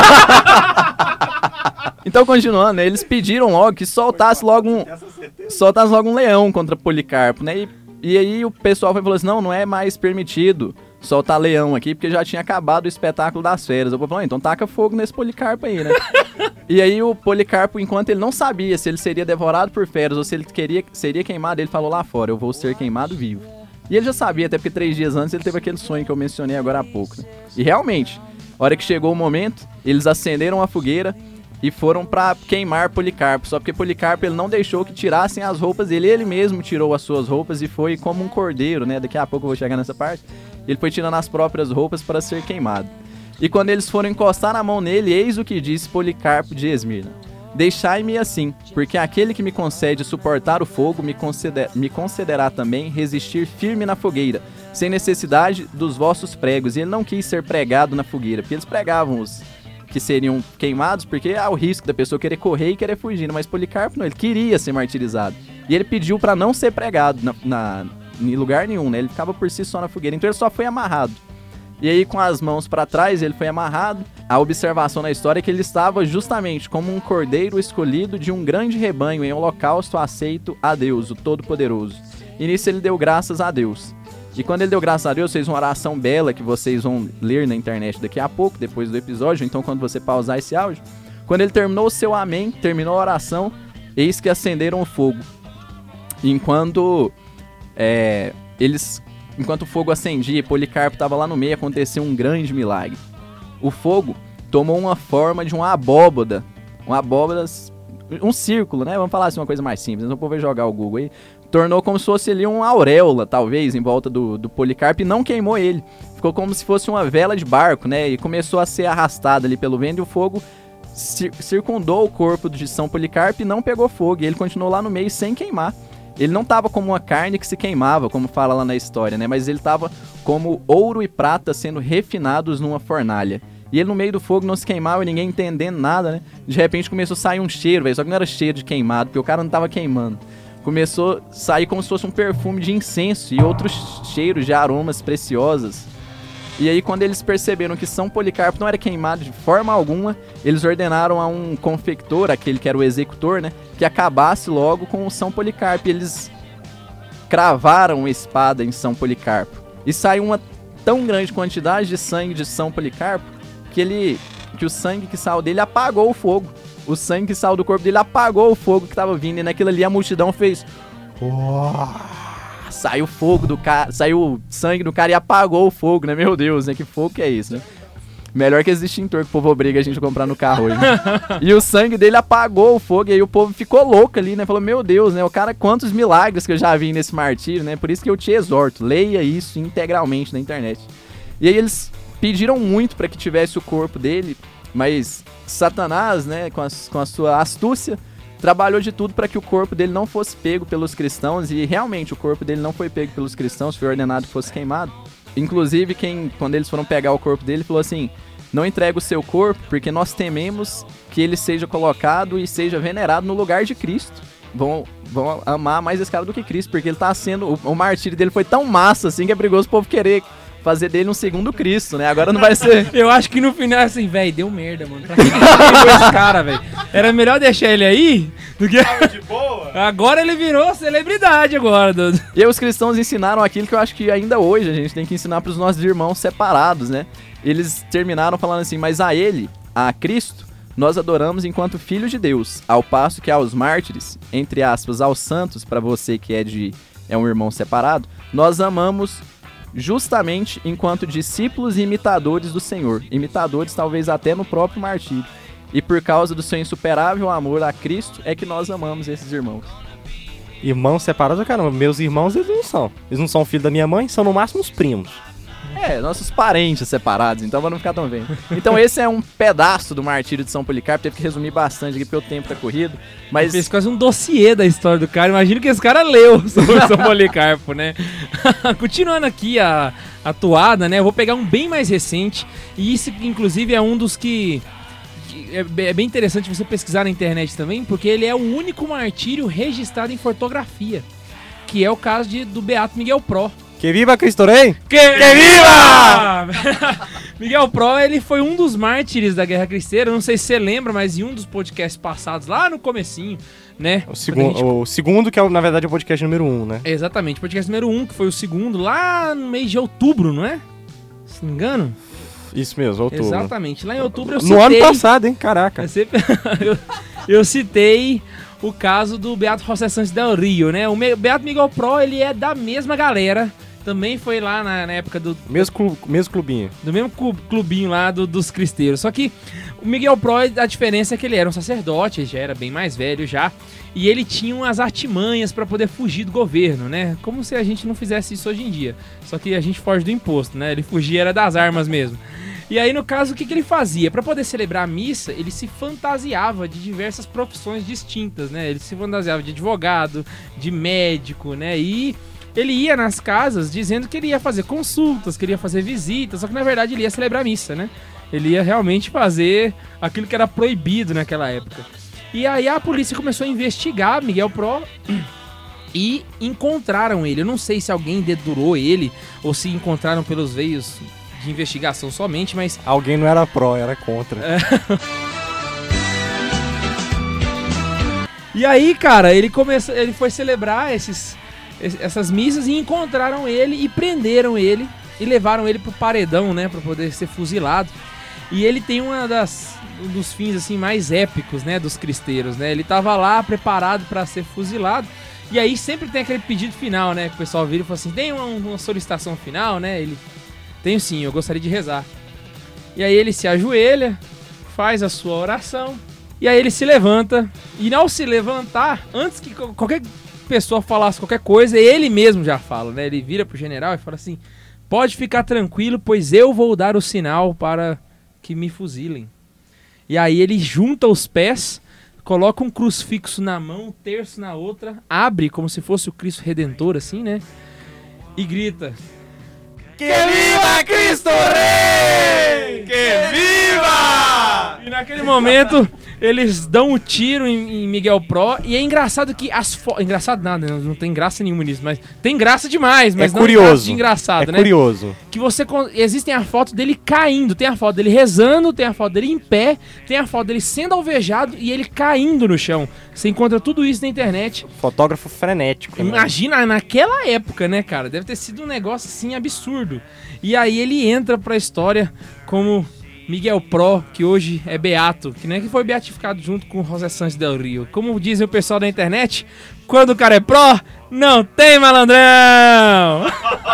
Então, continuando, né, eles pediram logo que soltasse logo um leão contra Policarpo, né? E aí o pessoal falou assim, não é mais permitido soltar leão aqui, porque já tinha acabado o espetáculo das feras. Eu falei, então taca fogo nesse Policarpo aí, né? E aí o Policarpo, enquanto ele não sabia se ele seria devorado por feras ou se ele seria queimado, ele falou lá fora, eu vou ser queimado vivo. E ele já sabia, até porque 3 dias antes ele teve aquele sonho que eu mencionei agora há pouco, né? E realmente, a hora que chegou o momento, eles acenderam a fogueira e foram pra queimar Policarpo. Só porque Policarpo ele não deixou que tirassem as roupas dele. Ele mesmo tirou as suas roupas e foi como um cordeiro, né? Daqui a pouco eu vou chegar nessa parte. Ele foi tirando as próprias roupas para ser queimado. E quando eles foram encostar na mão nele, eis o que disse Policarpo de Esmirna. Deixai-me assim, porque aquele que me concede suportar o fogo me concederá também resistir firme na fogueira, sem necessidade dos vossos pregos. E ele não quis ser pregado na fogueira, porque eles pregavam os que seriam queimados, porque há o risco da pessoa querer correr e querer fugir, mas Policarpo não, ele queria ser martirizado. E ele pediu para não ser pregado em lugar nenhum, né? Ele ficava por si só na fogueira, então ele só foi amarrado. E aí com as mãos para trás ele foi amarrado. A observação na história é que ele estava justamente como um cordeiro escolhido de um grande rebanho em holocausto aceito a Deus, o Todo-Poderoso. E nisso ele deu graças a Deus. E quando ele deu graças a Deus, fez uma oração bela que vocês vão ler na internet daqui a pouco, depois do episódio, então quando você pausar esse áudio. Quando ele terminou o seu amém, terminou a oração, eis que acenderam o fogo. E enquanto o fogo acendia e Policarpo estava lá no meio, aconteceu um grande milagre. O fogo tomou uma forma de uma abóbada, um círculo, né? Vamos falar assim, uma coisa mais simples, então o povo vai jogar o Google aí. Tornou como se fosse ali uma auréola, talvez, em volta do Policarpo e não queimou ele. Ficou como se fosse uma vela de barco, né? E começou a ser arrastada ali pelo vento e o fogo circundou o corpo de São Policarpo e não pegou fogo. E ele continuou lá no meio sem queimar. Ele não estava como uma carne que se queimava, como fala lá na história, né? Mas ele estava como ouro e prata sendo refinados numa fornalha. E ele no meio do fogo não se queimava, ninguém entendendo nada, né? De repente começou a sair um cheiro, velho. Só que não era cheiro de queimado, porque o cara não estava queimando. Começou a sair como se fosse um perfume de incenso e outros cheiros de aromas preciosos. E aí quando eles perceberam que São Policarpo não era queimado de forma alguma, eles ordenaram a um confector, aquele que era o executor, né, que acabasse logo com o São Policarpo. E eles cravaram a espada em São Policarpo. E saiu uma tão grande quantidade de sangue de São Policarpo que o sangue que saiu dele apagou o fogo. O sangue que saiu do corpo dele apagou o fogo que estava vindo. E naquilo ali a multidão fez... Saiu fogo do cara, saiu sangue do cara e apagou o fogo, né? Meu Deus, né? Que fogo que é isso, né? Melhor que esse extintor que o povo obriga a gente a comprar no carro hoje. Né? E o sangue dele apagou o fogo e aí o povo ficou louco ali, né? Falou, meu Deus, né? O cara, quantos milagres que eu já vi nesse martírio, né? Por isso que eu te exorto, leia isso integralmente na internet. E aí eles pediram muito para que tivesse o corpo dele, mas Satanás, né? Com a sua astúcia, trabalhou de tudo para que o corpo dele não fosse pego pelos cristãos, e realmente o corpo dele não foi pego pelos cristãos, foi ordenado que fosse queimado. Inclusive, quando eles foram pegar o corpo dele, falou assim, não entrega o seu corpo, porque nós tememos que ele seja colocado e seja venerado no lugar de Cristo. Vão amar mais esse cara do que Cristo, porque ele tá sendo, o martírio dele foi tão massa assim que é perigoso o povo querer fazer dele um segundo Cristo, né? Agora não vai ser... Eu acho que no final, assim, velho, deu merda, mano. Pra que pegou esse cara, velho? Era melhor deixar ele aí do que... De boa. Agora ele virou celebridade agora. E aí os cristãos ensinaram aquilo que eu acho que ainda hoje a gente tem que ensinar pros nossos irmãos separados, né? Eles terminaram falando assim, mas a ele, a Cristo, nós adoramos enquanto filhos de Deus, ao passo que aos mártires, entre aspas, aos santos, pra você que é um irmão separado, nós amamos justamente enquanto discípulos e imitadores do Senhor, imitadores talvez até no próprio martírio. E por causa do seu insuperável amor a Cristo é que nós amamos esses irmãos. Irmãos separados, caramba, meus irmãos eles não são filhos da minha mãe, são no máximo os primos. Nossos parentes separados, então vamos não ficar tão bem. Então esse é um pedaço do martírio de São Policarpo, teve que resumir bastante aqui pelo tempo tá corrido, mas... Fez quase um dossiê da história do cara, imagino que esse cara leu sobre São Policarpo, né? Continuando aqui a toada, né, eu vou pegar um bem mais recente, e isso inclusive é um dos que é bem interessante você pesquisar na internet também, porque ele é o único martírio registrado em fotografia. que é o caso do Beato Miguel Pró. Que viva Cristo Rei! Que viva! Miguel Pró, ele foi um dos mártires da Guerra Cristera, não sei se você lembra, mas em um dos podcasts passados, lá no comecinho, né? O segundo, que é, na verdade, o podcast número 1, né? Exatamente, podcast número 1, que foi o segundo, lá no mês de outubro, não é? Se não me engano. Isso mesmo, outubro. Exatamente, lá em outubro eu citei... No ano passado, hein? Caraca. Eu citei o caso do Beato José Santos del Rio, né? O Beato Miguel Pró, ele é da mesma galera. Também foi lá na época do... Mesmo clubinho. Do mesmo clubinho lá dos cristeiros. Só que o Miguel Pró, a diferença é que ele era um sacerdote, ele já era bem mais velho já. E ele tinha umas artimanhas pra poder fugir do governo, né? Como se a gente não fizesse isso hoje em dia. Só que a gente foge do imposto, né? Ele fugia era das armas mesmo. E aí, no caso, o que ele fazia? Pra poder celebrar a missa, ele se fantasiava de diversas profissões distintas, né? Ele se fantasiava de advogado, de médico, né? E... ele ia nas casas dizendo que ele ia fazer consultas, que ele ia fazer visitas, só que na verdade ele ia celebrar a missa, né? Ele ia realmente fazer aquilo que era proibido naquela época. E aí a polícia começou a investigar Miguel Pró e encontraram ele. Eu não sei se alguém dedurou ele ou se encontraram pelos veios de investigação somente, mas... alguém não era pró, era contra. E aí, cara, ele foi celebrar essas missas e encontraram ele e prenderam ele e levaram ele pro paredão, né, pra poder ser fuzilado. E ele tem um dos fins assim mais épicos, né, dos cristeiros, né? Ele tava lá preparado para ser fuzilado. E aí sempre tem aquele pedido final, né, que o pessoal vira e fala assim: "Tem uma solicitação final, né?" Ele: "Tenho sim, eu gostaria de rezar." E aí ele se ajoelha, faz a sua oração, e aí ele se levanta, e ao se levantar, antes que qualquer pessoa falasse qualquer coisa, ele mesmo já fala, né? Ele vira pro general e fala assim: "Pode ficar tranquilo, pois eu vou dar o sinal para que me fuzilem." E aí ele junta os pés, coloca um crucifixo na mão, um terço na outra, abre como se fosse o Cristo Redentor, assim, né? E grita: "Que viva Cristo Rei! Que viva!" E naquele momento eles dão um tiro em Miguel Pró. E é engraçado que engraçado nada, não tem graça nenhuma nisso, mas tem graça demais, mas é não curioso. Graça de engraçado, né? É curioso. Que existem a foto dele caindo, tem a foto dele rezando, tem a foto dele em pé, tem a foto dele sendo alvejado e ele caindo no chão. Você encontra tudo isso na internet. Fotógrafo frenético. Imagina, naquela época, né, cara? Deve ter sido um negócio assim absurdo. E aí ele entra pra história como Miguel Pró, que hoje é beato, que nem que foi beatificado junto com José Santos del Rio. Como dizem o pessoal da internet, quando o cara é pró, não tem malandrão!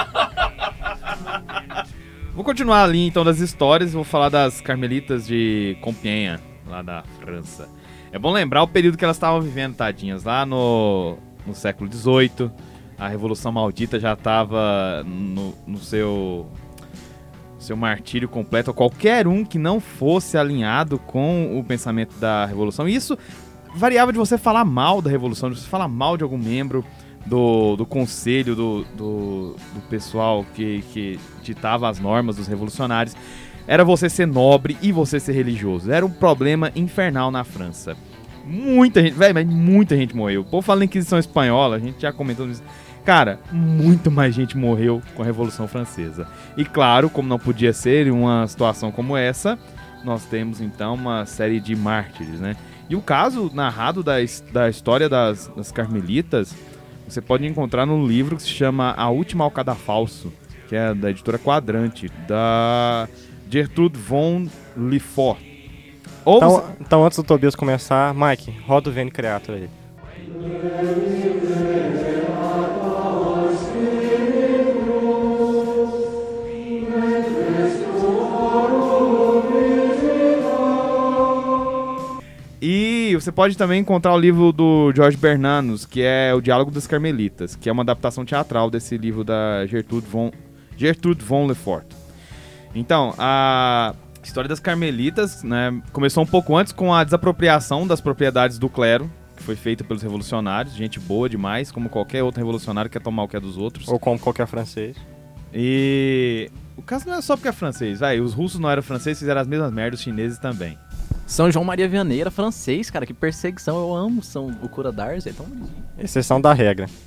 Vou continuar ali então das histórias, vou falar das Carmelitas de Compiègne, lá da França. É bom lembrar o período que elas estavam vivendo, tadinhas, lá no século XVIII. A Revolução Maldita já estava no seu martírio completo a qualquer um que não fosse alinhado com o pensamento da Revolução. E isso variava de você falar mal da Revolução, de você falar mal de algum membro do conselho, do pessoal que ditava as normas dos revolucionários. Era você ser nobre e você ser religioso. Era um problema infernal na França. Muita gente, velho, mas muita gente morreu. O povo fala da Inquisição Espanhola, a gente já comentou isso. Cara, muito mais gente morreu com a Revolução Francesa. E claro, como não podia ser em uma situação como essa, nós temos então uma série de mártires, né? E o caso narrado da história das Carmelitas, você pode encontrar num livro que se chama A Última ao Cadafalso, que é da editora Quadrante, da Gertrude von Lefort. Então, antes do Tobias começar, Mike, roda o Veni Creator aí. E você pode também encontrar o livro do George Bernanos, que é O Diálogo das Carmelitas, que é uma adaptação teatral desse livro da Gertrude von Lefort. Então, a história das Carmelitas, né, começou um pouco antes com a desapropriação das propriedades do clero, que foi feita pelos revolucionários, gente boa demais, como qualquer outro revolucionário que quer tomar o que é dos outros. Ou como qualquer francês. E o caso não é só porque é francês, vai, os russos não eram franceses, fizeram as mesmas merdas, os chineses também. São João Maria Vianney era francês, cara, que perseguição, eu amo o cura d'Ars, é tão bonitinho. Exceção da regra.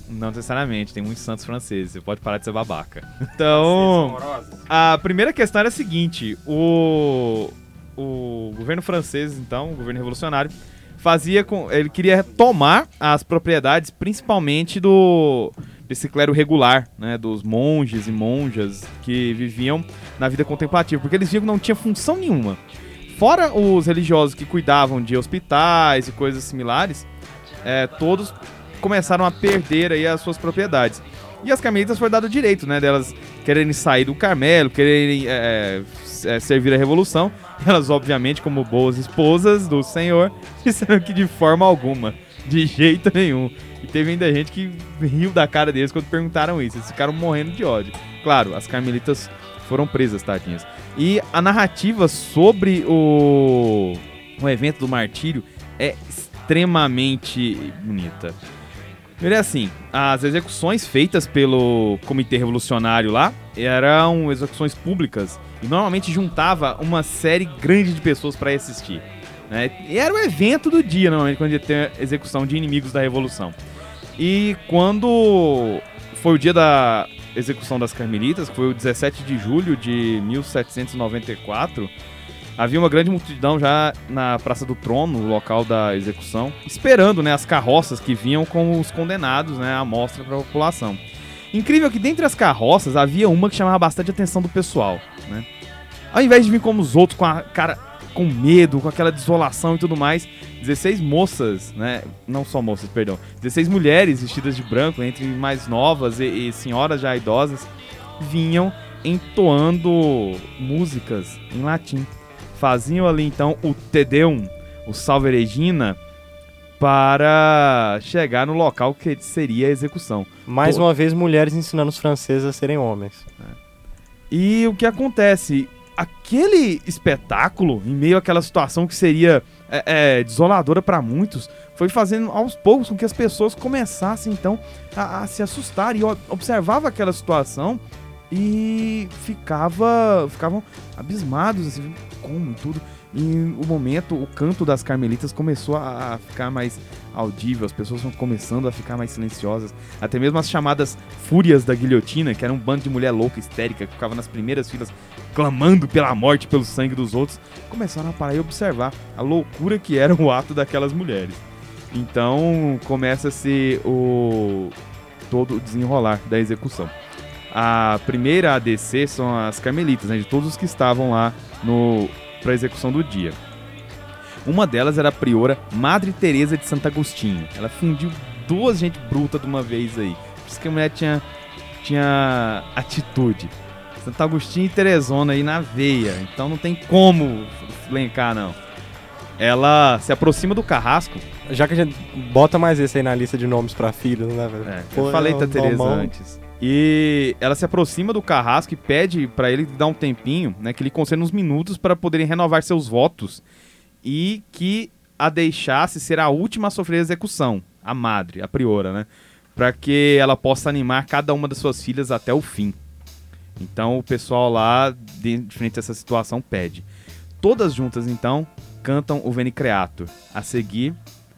Não necessariamente, tem muitos santos franceses, você pode parar de ser babaca. Então, a primeira questão era a seguinte, o governo francês, então, o governo revolucionário, ele queria tomar as propriedades, principalmente desse clero regular, né, dos monges e monjas que viviam na vida contemplativa, porque eles viam que não tinha função nenhuma. Fora os religiosos que cuidavam de hospitais e coisas similares, todos começaram a perder aí as suas propriedades. E as carmelitas foi dado o direito, né, delas quererem sair do Carmelo, quererem servir a revolução. Elas, obviamente, como boas esposas do Senhor, disseram que de forma alguma, de jeito nenhum. E teve ainda gente que riu da cara deles quando perguntaram isso. Eles ficaram morrendo de ódio. Claro, as carmelitas foram presas, tadinhas. E a narrativa sobre o evento do martírio é extremamente bonita. Primeiro é assim, as execuções feitas pelo Comitê Revolucionário lá eram execuções públicas e normalmente juntava uma série grande de pessoas para assistir, né? E era o evento do dia, normalmente, quando ia ter execução de inimigos da Revolução. E quando foi o dia da execução das Carmelitas, que foi o 17 de julho de 1794, havia uma grande multidão já na Praça do Trono, no local da execução, esperando, né, as carroças que vinham com os condenados, né, à mostra para a população. Incrível que dentre as carroças havia uma que chamava bastante a atenção do pessoal, né? Ao invés de vir como os outros com a cara com medo, com aquela desolação e tudo mais, 16 moças, né, não só moças, perdão, 16 mulheres vestidas de branco, entre mais novas e senhoras já idosas, vinham entoando músicas em latim. Faziam ali então o Te Deum, o Salve Regina, para chegar no local que seria a execução. Mais uma vez, mulheres ensinando os franceses a serem homens. E o que acontece? Aquele espetáculo, em meio àquela situação que seria desoladora para muitos, foi fazendo aos poucos com que as pessoas começassem então a se assustar e observavam aquela situação e ficavam abismados, assim, como e tudo. E o momento, o canto das carmelitas começou a ficar mais audível, as pessoas vão começando a ficar mais silenciosas, até mesmo as chamadas fúrias da guilhotina, que era um bando de mulher louca, histérica, que ficava nas primeiras filas clamando pela morte, pelo sangue dos outros, começaram a parar e observar a loucura que era o ato daquelas mulheres. Então começa-se todo o desenrolar da execução. A primeira a descer são as carmelitas, né, de todos os que estavam lá para a execução do dia. Uma delas era a priora Madre Teresa de Santo Agostinho. Ela fundiu duas gente bruta de uma vez aí. Por isso que a mulher tinha atitude. Santo Agostinho e Teresona aí na veia. Então não tem como elencar, não. Ela se aproxima do carrasco. Já que a gente bota mais esse aí na lista de nomes pra filhos, né, velho? Eu falei da Teresa antes. E ela se aproxima do carrasco e pede pra ele dar um tempinho, né, que ele conceda uns minutos para poderem renovar seus votos e que a deixasse ser a última a sofrer a execução, a madre, a priora, né, para que ela possa animar cada uma das suas filhas até o fim. Então o pessoal lá, de frente a essa situação, pede. Todas juntas, então, cantam o Veni Creator. A seguir,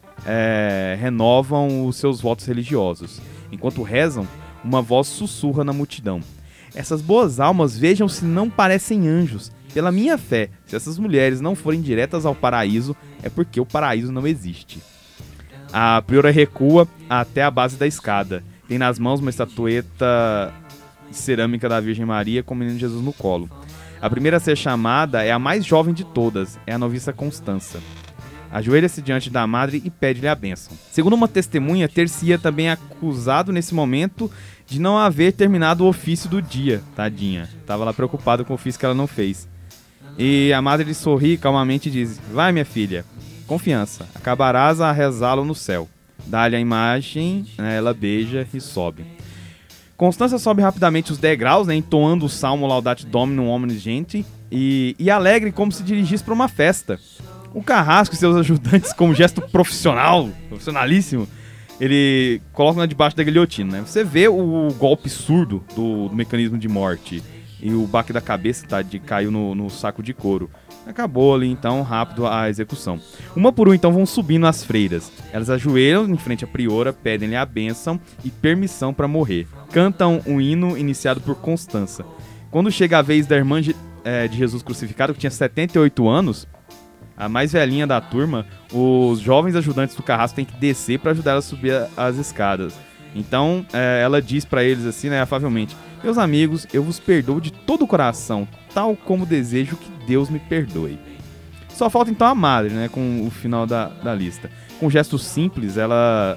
renovam os seus votos religiosos. Enquanto rezam, uma voz sussurra na multidão: essas boas almas, vejam se não parecem anjos. Pela minha fé, se essas mulheres não forem diretas ao paraíso, é porque o paraíso não existe. A priora recua até a base da escada. Tem nas mãos uma estatueta de cerâmica da Virgem Maria com o menino Jesus no colo. A primeira a ser chamada é a mais jovem de todas, é a noviça Constança. Ajoelha-se diante da madre e pede-lhe a bênção. Segundo uma testemunha, ter-se-ia também acusado nesse momento de não haver terminado o ofício do dia. Tadinha, estava lá preocupada com o ofício que ela não fez. E a madre lhe sorri calmamente e diz: vai, minha filha, confiança, acabarás a rezá-lo no céu. Dá-lhe a imagem, né, ela beija e sobe. Constança sobe rapidamente os degraus, né, entoando o salmo Laudate Dominum Omnis Genti e alegre como se dirigisse para uma festa. O carrasco e seus ajudantes, com um gesto profissionalíssimo, ele coloca debaixo da guilhotina, né? Você vê o golpe surdo do mecanismo de morte. e o baque da cabeça caiu no saco de couro. Acabou ali, então, rápido a execução. Uma por uma, então, vão subindo as freiras. Elas ajoelham em frente à priora, pedem-lhe a bênção e permissão para morrer. Cantam um hino iniciado por Constança. Quando chega a vez da irmã de Jesus crucificado, que tinha 78 anos, a mais velhinha da turma, os jovens ajudantes do carrasco têm que descer para ajudar ela a subir as escadas. Então, ela diz para eles assim, né, afavelmente: meus amigos, eu vos perdoo de todo o coração, tal como desejo que Deus me perdoe. Só falta então a madre, né, com o final da lista. Com um gesto simples, ela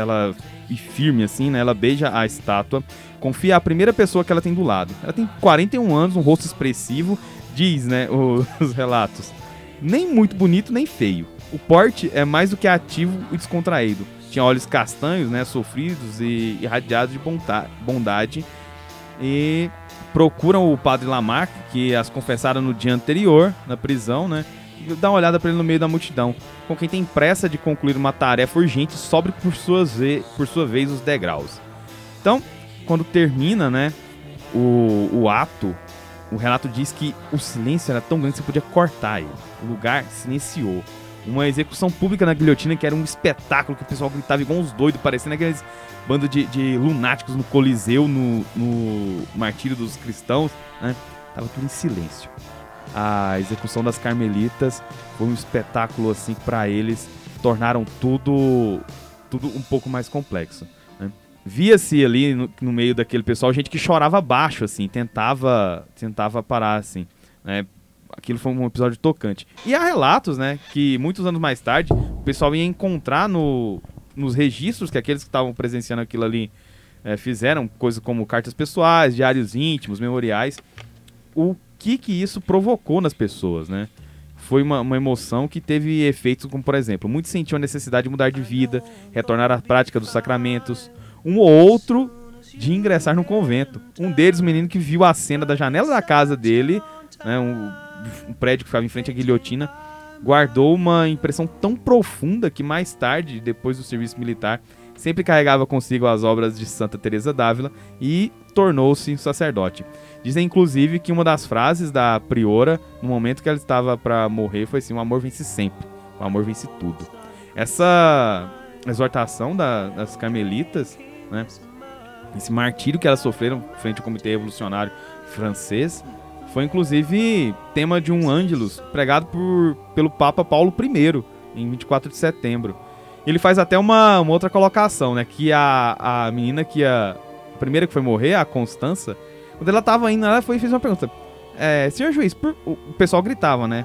e firme assim, né, ela beija a estátua, confia a primeira pessoa que ela tem do lado. Ela tem 41 anos, um rosto expressivo, diz, né, os relatos. Nem muito bonito, nem feio. O porte é mais do que ativo e descontraído. Tinha olhos castanhos, né, sofridos e irradiados de bondade. E procuram o padre Lamarck, que as confessaram no dia anterior, na prisão, né? E dá uma olhada para ele no meio da multidão. Com quem tem pressa de concluir uma tarefa urgente, sobe por sua vez os degraus. Então, quando termina, né, o ato, o relato diz que o silêncio era tão grande que você podia cortar ele. O lugar silenciou. Uma execução pública na guilhotina que era um espetáculo, que o pessoal gritava igual uns doidos, parecendo aqueles bandos de lunáticos no Coliseu, no Martírio dos Cristãos, né? Tava tudo em silêncio. A execução das Carmelitas foi um espetáculo assim que para eles tornaram tudo um pouco mais complexo, né? Via-se ali no meio daquele pessoal gente que chorava baixo, assim, tentava parar, assim, né? Aquilo foi um episódio tocante. E há relatos, né, que muitos anos mais tarde o pessoal ia encontrar nos registros que aqueles que estavam presenciando aquilo ali fizeram, coisas como cartas pessoais, diários íntimos, memoriais, o que isso provocou nas pessoas, né? Foi uma emoção que teve efeitos como, por exemplo, muitos sentiam a necessidade de mudar de vida, retornar à prática dos sacramentos, um ou outro de ingressar no convento. Um deles, um menino que viu a cena da janela da casa dele, né, um prédio que ficava em frente à guilhotina, guardou uma impressão tão profunda que mais tarde, depois do serviço militar, sempre carregava consigo as obras de Santa Teresa d'Ávila e tornou-se sacerdote. Dizem, inclusive, que uma das frases da priora, no momento que ela estava para morrer, foi assim: o amor vence sempre, o amor vence tudo. Essa exortação das Carmelitas, né, esse martírio que elas sofreram frente ao Comitê Revolucionário Francês, foi inclusive tema de um Ângelus pregado pelo Papa Paulo I, em 24 de setembro. Ele faz até uma outra colocação, né? Que a menina a primeira que foi morrer, a Constança, quando ela tava indo, ela foi e fez uma pergunta: senhor juiz, o pessoal gritava, né?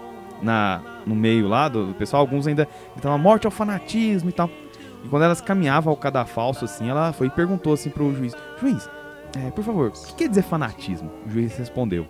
No meio lá do pessoal, alguns ainda gritavam morte ao fanatismo e tal. E quando elas caminhavam ao cadafalso, assim, ela foi e perguntou assim pro juiz: juiz, por favor, o que quer dizer fanatismo? O juiz respondeu: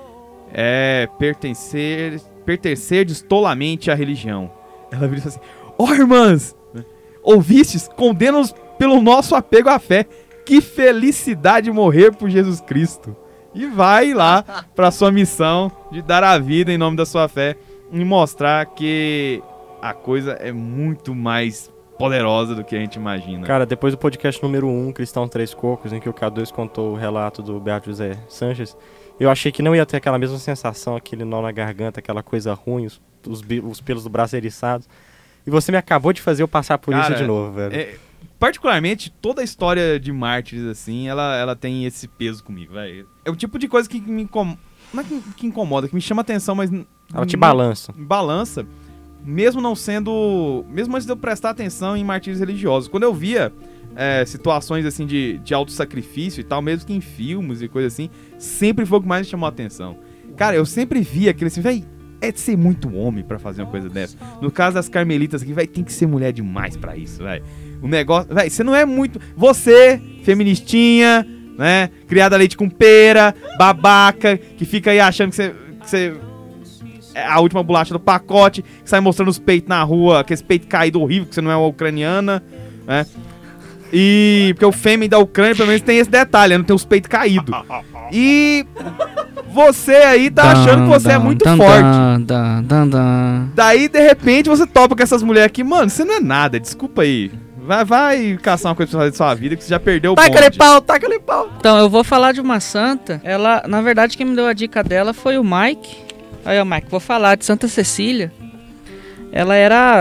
pertencer destolamente à religião. Ela virou assim: irmãs, ouvistes? Condena-nos pelo nosso apego à fé. Que felicidade morrer por Jesus Cristo. E vai lá para sua missão de dar a vida em nome da sua fé e mostrar que a coisa é muito mais poderosa do que a gente imagina. Cara, depois do podcast número 1, Cristão Três Cocos, em que o K2 contou o relato do Beato José Sanches, eu achei que não ia ter aquela mesma sensação, aquele nó na garganta, aquela coisa ruim, os pelos do braço eriçados. E você me acabou de fazer eu passar por isso de novo, velho. Particularmente, toda a história de mártires, assim, ela tem esse peso comigo, velho. É o tipo de coisa que me incomoda. Não é que incomoda, que me chama atenção, mas... Ela te balança. Balança. Mesmo não sendo... Mesmo antes de eu prestar atenção em martírios religiosos. Quando eu via situações, assim, de auto-sacrifício e tal, mesmo que em filmes e coisa assim, sempre foi o que mais me chamou a atenção. Cara, eu sempre via aquele assim, velho, é de ser muito homem pra fazer uma coisa dessa. No caso das Carmelitas aqui, velho, tem que ser mulher demais pra isso, velho. O negócio... Velho, você não é muito... Você, feministinha, né? Criada a leite com pera, babaca, que fica aí achando que você é a última bolacha do pacote, que sai mostrando os peitos na rua, aqueles peitos caídos horríveis, que você não é uma ucraniana, né? E... Porque o fêmea da Ucrânia, pelo menos, tem esse detalhe, não tem os peitos caídos. E... Você aí tá achando que você é muito forte. Daí, de repente, você topa com essas mulheres aqui. Mano, você não é nada, desculpa aí. Vai caçar uma coisa pra fazer da sua vida que você já perdeu o bonde. Taca-lhe pau. Então, eu vou falar de uma santa. Ela, na verdade, quem me deu a dica dela foi o Mike. Aí, ó, Mike, vou falar de Santa Cecília. Ela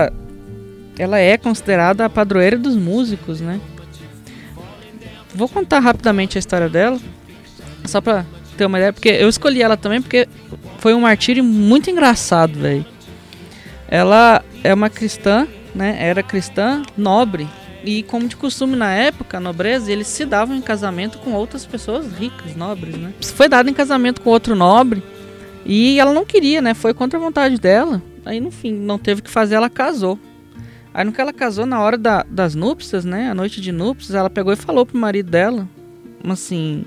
é considerada a padroeira dos músicos, né? Vou contar rapidamente a história dela, só pra ter uma ideia, porque eu escolhi ela também porque foi um martírio muito engraçado, velho. Ela é uma cristã, né? Era cristã nobre. E como de costume na época, a nobreza, eles se davam em casamento com outras pessoas ricas, nobres, né? Foi dado em casamento com outro nobre e ela não queria, né? Foi contra a vontade dela. Aí no fim, não teve o que fazer, ela casou. Aí no que ela casou, na hora das núpcias, né? A noite de núpcias, ela pegou e falou pro marido dela, assim...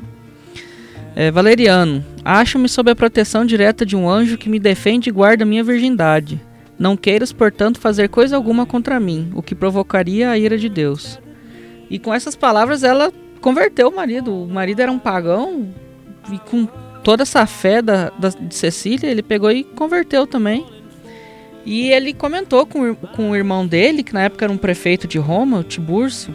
Valeriano, acho-me sob a proteção direta de um anjo que me defende e guarda minha virgindade. Não queiras, portanto, fazer coisa alguma contra mim, o que provocaria a ira de Deus. E com essas palavras ela converteu o marido. O marido era um pagão e com toda essa fé de Cecília, ele pegou e converteu também. E ele comentou com o irmão dele, que na época era um prefeito de Roma, o Tibúrcio.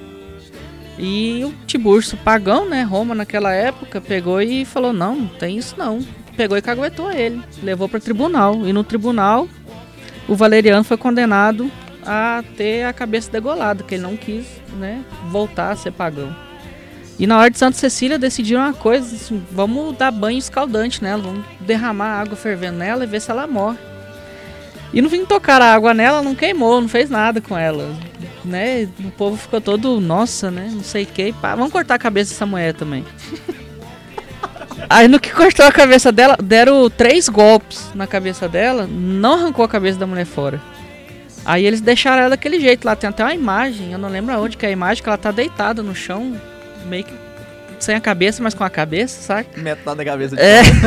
E o Tibúrcio, pagão, né, Roma naquela época, pegou e falou, não tem isso não. Pegou e caguetou ele, levou para tribunal. E no tribunal, o Valeriano foi condenado a ter a cabeça degolada, que ele não quis, né, voltar a ser pagão. E na hora de Santa Cecília decidiram uma coisa, assim, vamos dar banho escaldante nela, vamos derramar água fervendo nela e ver se ela morre. E no fim tocaram a água nela, não queimou, não fez nada com ela, né? O povo ficou todo, nossa, né? Não sei o que, vamos cortar a cabeça dessa mulher também. Aí no que cortou a cabeça dela, deram 3 golpes na cabeça dela, não arrancou a cabeça da mulher fora. Aí eles deixaram ela daquele jeito, lá tem até uma imagem, eu não lembro aonde que é a imagem, que ela tá deitada no chão, meio que sem a cabeça, mas com a cabeça, sabe? Metade da cabeça de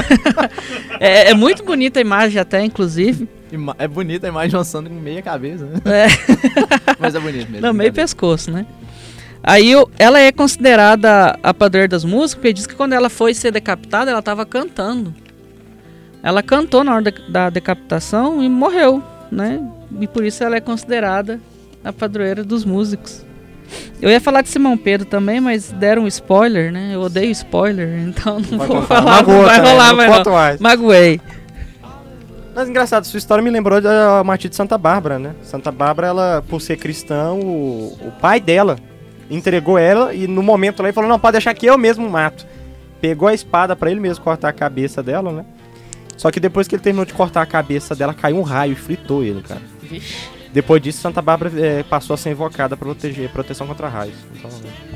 é muito bonita a imagem até, inclusive. É bonita a imagem de uma santa com meia cabeça, né? Mas é bonito mesmo. Não, meio pescoço, né? Aí ela é considerada a padroeira das músicas, porque diz que quando ela foi ser decapitada, ela tava cantando. Ela cantou na hora da decapitação e morreu, né? E por isso ela é considerada a padroeira dos músicos. Eu ia falar de Simão Pedro também, mas deram um spoiler, né? Eu odeio spoiler, então não vou falar, não vai rolar, mas magoei. Mas engraçado, sua história me lembrou da martíria de Santa Bárbara, né? Santa Bárbara, ela, por ser cristã, o pai dela entregou ela e no momento lá ele falou, não, pode deixar que eu mesmo mato. Pegou a espada pra ele mesmo cortar a cabeça dela, né? Só que depois que ele terminou de cortar a cabeça dela, caiu um raio e fritou ele, cara. Vixe. Depois disso, Santa Bárbara passou a ser invocada pra proteção contra raios. Então,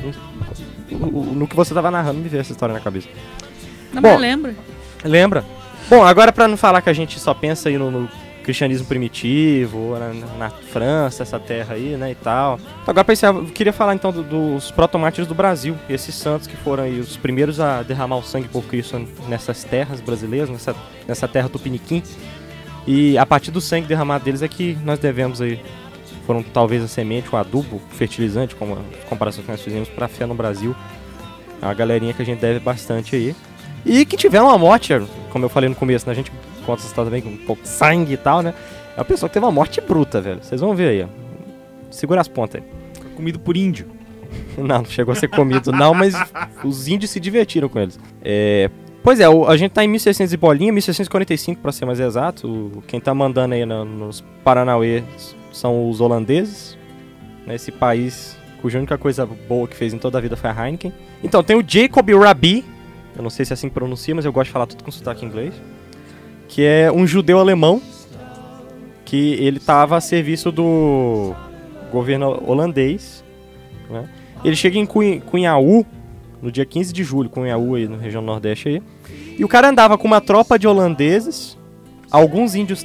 no que você tava narrando, me veio essa história na cabeça. Não, mas lembra. Lembra? Bom, agora pra não falar que a gente só pensa aí no cristianismo primitivo, na França, essa terra aí, né, e tal. Então, agora pra encerrar, eu queria falar então dos protomártires do Brasil, esses santos que foram aí os primeiros a derramar o sangue por Cristo nessas terras brasileiras, nessa terra tupiniquim. E a partir do sangue derramado deles é que nós devemos aí, foram talvez a semente, o adubo, o fertilizante, como a comparação que nós fizemos pra fé no Brasil. É uma galerinha que a gente deve bastante aí. E que tiveram uma morte, como eu falei no começo, né? A gente conta essa história também com um pouco de sangue e tal, né? É uma pessoa que teve uma morte bruta, velho. Vocês vão ver aí, ó. Segura as pontas aí. Comido por índio. Não chegou a ser comido não, mas os índios se divertiram com eles. Pois é, a gente tá em 1600 e bolinha, 1645 pra ser mais exato. Quem tá mandando aí nos Paranauê são os holandeses, né? Esse país cuja única coisa boa que fez em toda a vida foi a Heineken. Então tem o Jacob Rabi, eu não sei se é assim que pronuncia, mas eu gosto de falar tudo com sotaque inglês, que é um judeu alemão que ele estava a serviço do governo holandês, né? Ele chega em Cunhaú no dia 15 de julho, Cunhaú aí na região nordeste aí, e o cara andava com uma tropa de holandeses, alguns índios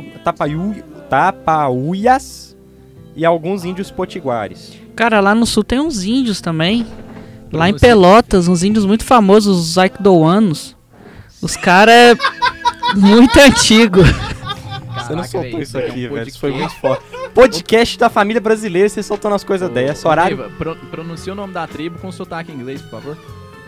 tapauias e alguns índios potiguares. Cara, lá no sul tem uns índios também. Lá em Pelotas, uns índios muito famosos, os Aikidoanos. Os caras é muito antigo. Você não soltou isso aqui, velho. Isso foi muito forte. Podcast da família brasileira, você soltando as coisas daí. Esse horário. Pronuncia o nome da tribo com sotaque em inglês, por favor.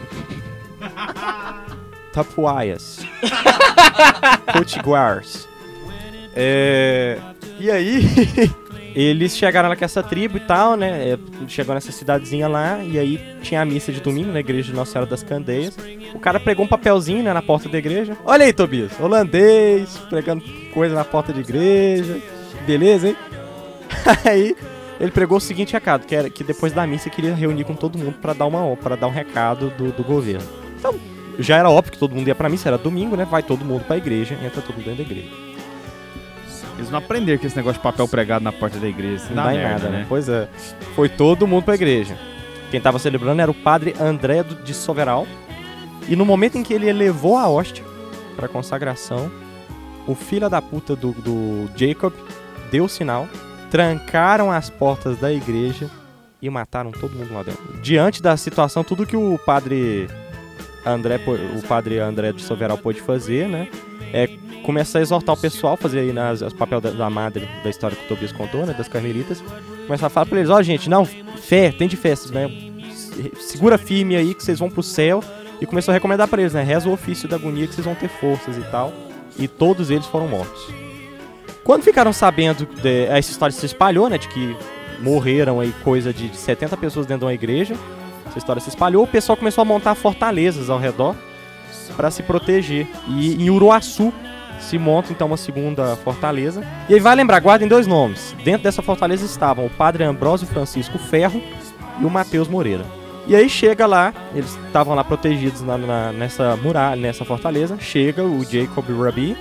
Tapuaias. Potiguars. E aí. eles chegaram lá com essa tribo e tal, né? Chegou nessa cidadezinha lá, e aí tinha a missa de domingo na igreja de Nossa Senhora das Candeias. O cara pregou um papelzinho, né, na porta da igreja. Olha aí, Tobias, holandês, pregando coisa na porta de igreja. Beleza, hein? Aí ele pregou o seguinte recado, que era que depois da missa queria reunir com todo mundo pra dar um recado do governo. Então, já era óbvio que todo mundo ia pra missa, era domingo, né? Vai todo mundo pra igreja, entra todo mundo dentro da igreja. Eles não aprenderam que esse negócio de papel pregado na porta da igreja não dá em nada, né? Pois é. Foi todo mundo pra igreja. Quem tava celebrando era o padre André de Soveral. E no momento em que ele elevou a hóstia pra consagração, o filho da puta do Jacob deu o sinal, trancaram as portas da igreja e mataram todo mundo lá dentro. Diante da situação, tudo que o padre André de Soveral pôde fazer, né? Começar a exortar o pessoal, fazer aí os papel da madre da história que o Tobias contou, né, das carmelitas, começar a falar pra eles, gente, não, fé, tem de fé, né, segura firme aí que vocês vão pro céu, e começou a recomendar pra eles, né, reza o ofício da agonia que vocês vão ter forças e tal, e todos eles foram mortos. Quando ficaram sabendo, essa história se espalhou, né, de que morreram aí coisa de 70 pessoas dentro de uma igreja, essa história se espalhou, o pessoal começou a montar fortalezas ao redor para se proteger, e em Uruaçu se monta então uma segunda fortaleza. E aí vai lembrar, guardem 2 nomes. Dentro dessa fortaleza estavam o padre Ambrósio Francisco Ferro e o Mateus Moreira. E aí chega lá, eles estavam lá protegidos nessa muralha, nessa fortaleza. Chega o Jacob Rabi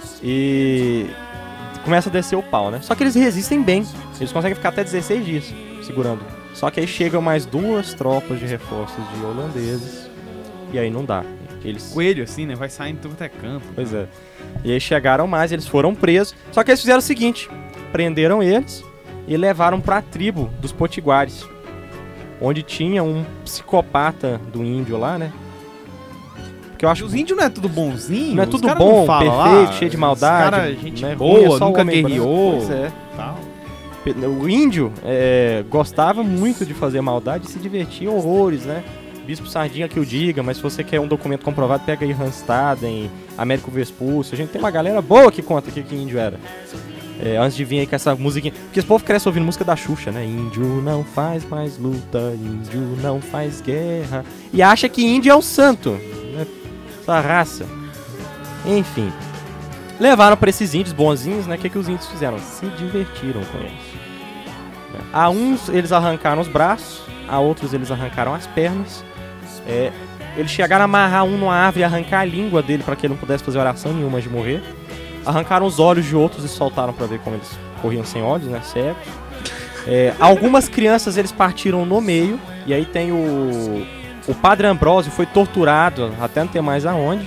e começa a descer o pau, né? Só que eles resistem bem. Eles conseguem ficar até 16 dias segurando. Só que aí chegam mais 2 tropas de reforços de holandeses. E aí não dá. Coelho, assim, né? Vai saindo tudo até campo. Pois é. E aí chegaram mais, eles foram presos. Só que eles fizeram o seguinte: prenderam eles e levaram pra tribo dos potiguares, onde tinha um psicopata do índio lá, né? Porque eu acho os índios não é tudo bonzinho? Não é tudo bom, perfeito, cheio de maldade. Cara, gente né? boa, nunca guerreou. Pois é. Tal. O índio gostava muito de fazer maldade e se divertia horrores, né? Bispo Sardinha que o diga, mas se você quer um documento comprovado, pega aí Randstaden, Américo Vespúcio. A gente tem uma galera boa que conta que índio era. Antes de vir aí com essa musiquinha. Porque esse povo cresce ouvindo música da Xuxa, né? Índio não faz mais luta, índio não faz guerra. E acha que índio é o santo, né? Essa raça. Enfim. Levaram pra esses índios bonzinhos, né? O que os índios fizeram? Se divertiram com eles. A uns eles arrancaram os braços, a outros eles arrancaram as pernas. Eles chegaram a amarrar um numa árvore e arrancar a língua dele para que ele não pudesse fazer oração nenhuma antes de morrer. Arrancaram os olhos de outros e soltaram para ver como eles corriam sem olhos, né, cegos. Algumas crianças eles partiram no meio. E aí tem o padre Ambrósio, foi torturado até não ter mais aonde.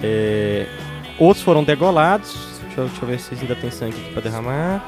Outros foram degolados. Deixa eu ver se ainda tem sangue aqui para derramar.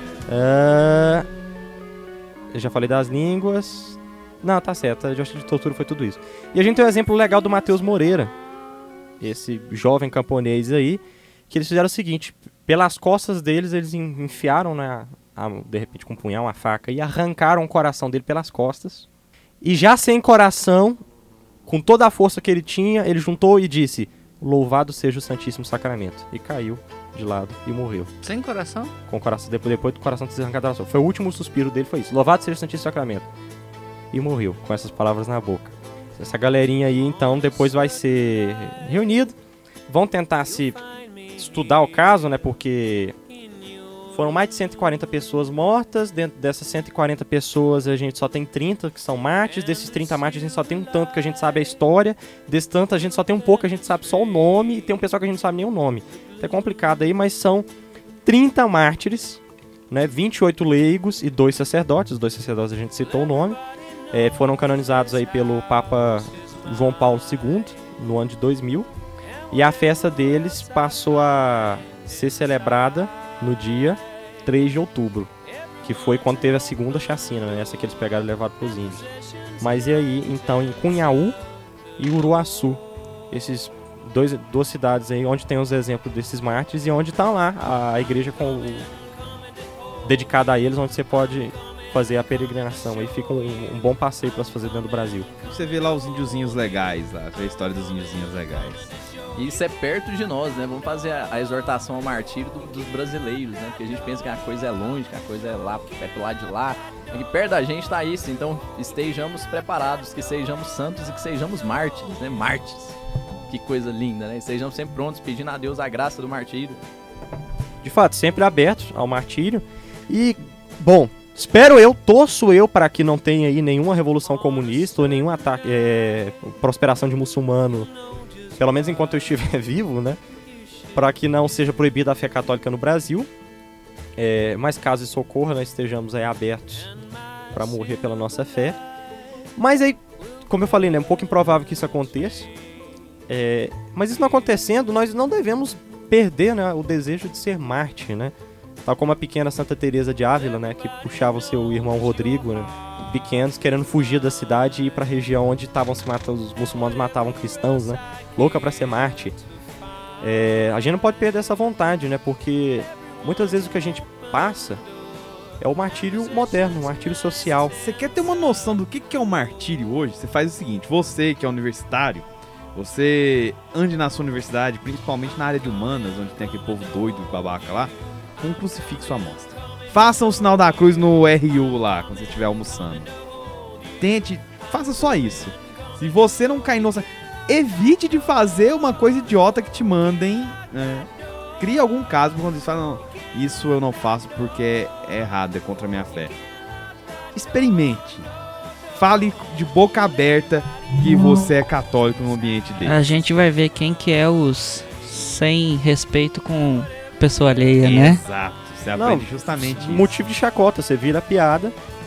Eu já falei das línguas. Não, tá certo, a justiça de tortura foi tudo isso. E a gente tem um exemplo legal do Mateus Moreira, esse jovem camponês aí, que eles fizeram o seguinte: pelas costas deles, eles enfiaram, né, de repente com um punhal, uma faca, e arrancaram o coração dele pelas costas. E já sem coração, com toda a força que ele tinha, ele juntou e disse: louvado seja o Santíssimo Sacramento. E caiu de lado e morreu. Sem coração? Com o coração, depois do coração ter sido arrancado da sua. Foi o último suspiro dele, foi isso: louvado seja o Santíssimo Sacramento. E morreu, com essas palavras na boca. Essa galerinha aí, então, depois vai ser reunido. Vão tentar se estudar o caso, né? Porque foram mais de 140 pessoas mortas. Dentro dessas 140 pessoas, a gente só tem 30 que são mártires. Desses 30 mártires, a gente só tem um tanto que a gente sabe a história. Desse tanto, a gente só tem um pouco que a gente sabe só o nome. E tem um pessoal que a gente não sabe nem o nome. É complicado aí, mas são 30 mártires, né? 28 leigos e 2 sacerdotes. Os 2 sacerdotes a gente citou o nome. Foram canonizados aí pelo Papa João Paulo II no ano de 2000. E a festa deles passou a ser celebrada no dia 3 de outubro, que foi quando teve a segunda chacina, né? Essa que eles pegaram e levaram para os índios. Mas e aí, então, em Cunhaú e Uruaçu, esses duas cidades aí onde tem os exemplos desses mártires e onde está lá a igreja dedicada a eles, onde você pode fazer a peregrinação. Aí fica um bom passeio para se fazer dentro do Brasil. Você vê lá os índiozinhos legais, lá, a história dos índiozinhos legais. Isso é perto de nós, né? Vamos fazer a exortação ao martírio dos brasileiros, né? Porque a gente pensa que a coisa é longe, que a coisa é lá, é pro lado de lá. Aqui perto da gente tá isso, então estejamos preparados, que sejamos santos e que sejamos mártires, né? Mártires. Que coisa linda, né? Estejamos sempre prontos, pedindo a Deus a graça do martírio. De fato, sempre abertos ao martírio. E, bom, torço eu para que não tenha aí nenhuma revolução comunista ou nenhum ataque, prosperação de muçulmano, pelo menos enquanto eu estiver vivo, né? Para que não seja proibida a fé católica no Brasil. Mas caso isso ocorra, nós estejamos aí abertos para morrer pela nossa fé. Mas aí, como eu falei, né, é um pouco improvável que isso aconteça. Mas isso não acontecendo, nós não devemos perder, né, o desejo de ser mártir, né? Tal como a pequena Santa Teresa de Ávila, né, que puxava o seu irmão Rodrigo, né, pequenos, querendo fugir da cidade e ir para a região onde estavam se matando, os muçulmanos matavam cristãos, né? Louca para ser mártir. A gente não pode perder essa vontade, né? Porque muitas vezes o que a gente passa é o martírio moderno, o martírio social. Você quer ter uma noção do que é um martírio hoje? Você faz o seguinte: você que é universitário, você ande na sua universidade, principalmente na área de humanas, onde tem aquele povo doido e babaca lá, com um crucifixo à mostra. Faça o sinal da cruz no RU lá, quando você estiver almoçando. Faça só isso. Se você não cair nossa, evite de fazer uma coisa idiota que te mandem, né? Crie algum caso quando eles falam, não, isso eu não faço porque é errado, é contra a minha fé. Experimente. Fale de boca aberta que você é católico no ambiente dele. A gente vai ver quem que é os sem respeito com pessoa alheia, né? Exato. Você aprende justamente isso. Motivo de chacota, você vira piada.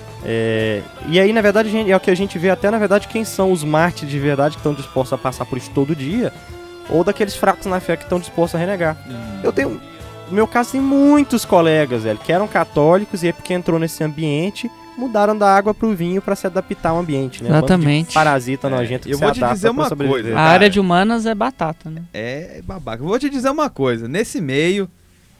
E aí, na verdade, é o que a gente vê até, na verdade, quem são os mártires de verdade que estão dispostos a passar por isso todo dia, ou daqueles fracos na fé que estão dispostos a renegar. No meu caso, tem muitos colegas, velho, que eram católicos e aí porque entrou nesse ambiente, mudaram da água pro vinho pra se adaptar ao ambiente, né? Exatamente. Parasita nojento que eu vou te dizer uma coisa. A área de humanas é batata, né? É babaca. Eu vou te dizer uma coisa. Nesse meio,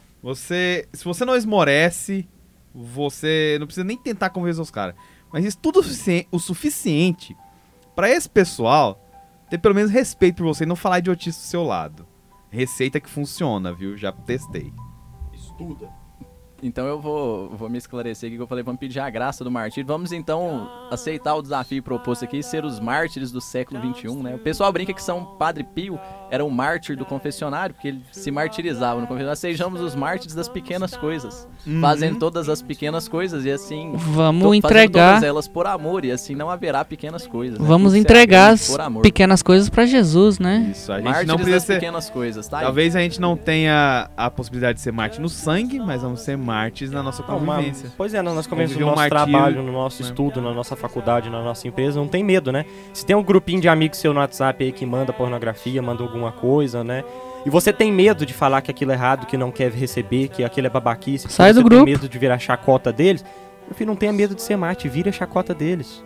se você não esmorece, você não precisa nem tentar convencer os caras. Mas isso tudo o suficiente pra esse pessoal ter pelo menos respeito por você e não falar idiotice do seu lado. Receita que funciona, viu? Já testei. Estuda. Então eu vou me esclarecer aqui, que eu falei, vamos pedir a graça do martírio. Vamos então aceitar o desafio proposto aqui, ser os mártires do século XXI, né? O pessoal brinca que São Padre Pio era um mártir do confessionário, porque ele se martirizava no confessionário. Sejamos os mártires das pequenas coisas, fazendo todas as pequenas coisas e assim... Vamos entregar... todas elas por amor e assim não haverá pequenas coisas. Né? Vamos entregar as pequenas coisas pra Jesus, né? Isso, a gente mártires não precisa das ser... pequenas coisas, tá? Talvez a gente não tenha a possibilidade de ser mártir no sangue, mas vamos ser mártires na nossa convivência. Pois é, nós convivemos no nosso trabalho, no nosso estudo, na nossa faculdade, na nossa empresa, não tem medo, né? Se tem um grupinho de amigos seu no WhatsApp aí que manda pornografia, manda alguma coisa, né? E você tem medo de falar que aquilo é errado, que não quer receber, que aquilo é babaquice, sai do grupo. Tem medo de virar chacota deles, meu filho, não tenha medo de ser mártir, vira a chacota deles.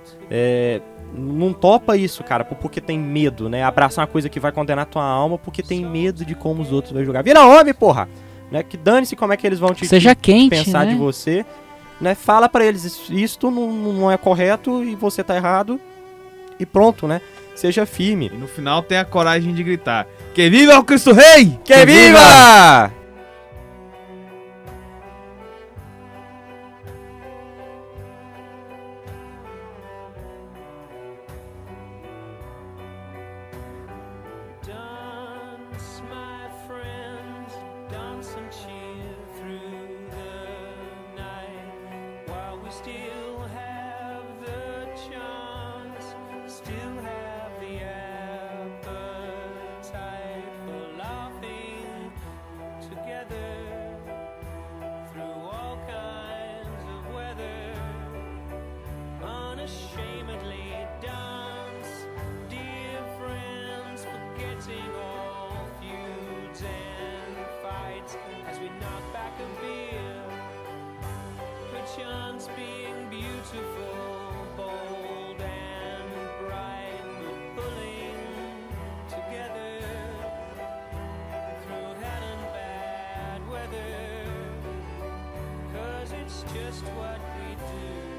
Não topa isso, cara, porque tem medo, né? Abraçar uma coisa que vai condenar tua alma porque tem medo de como os outros vão julgar. Vira homem, porra! Né? Que dane-se como é que eles vão Seja quente, pensar, né? de você, né? Fala pra eles, isto não é correto e você tá errado e pronto, né? Seja firme. E no final tem a coragem de gritar: que viva o Cristo Rei! Que viva! Just what we do.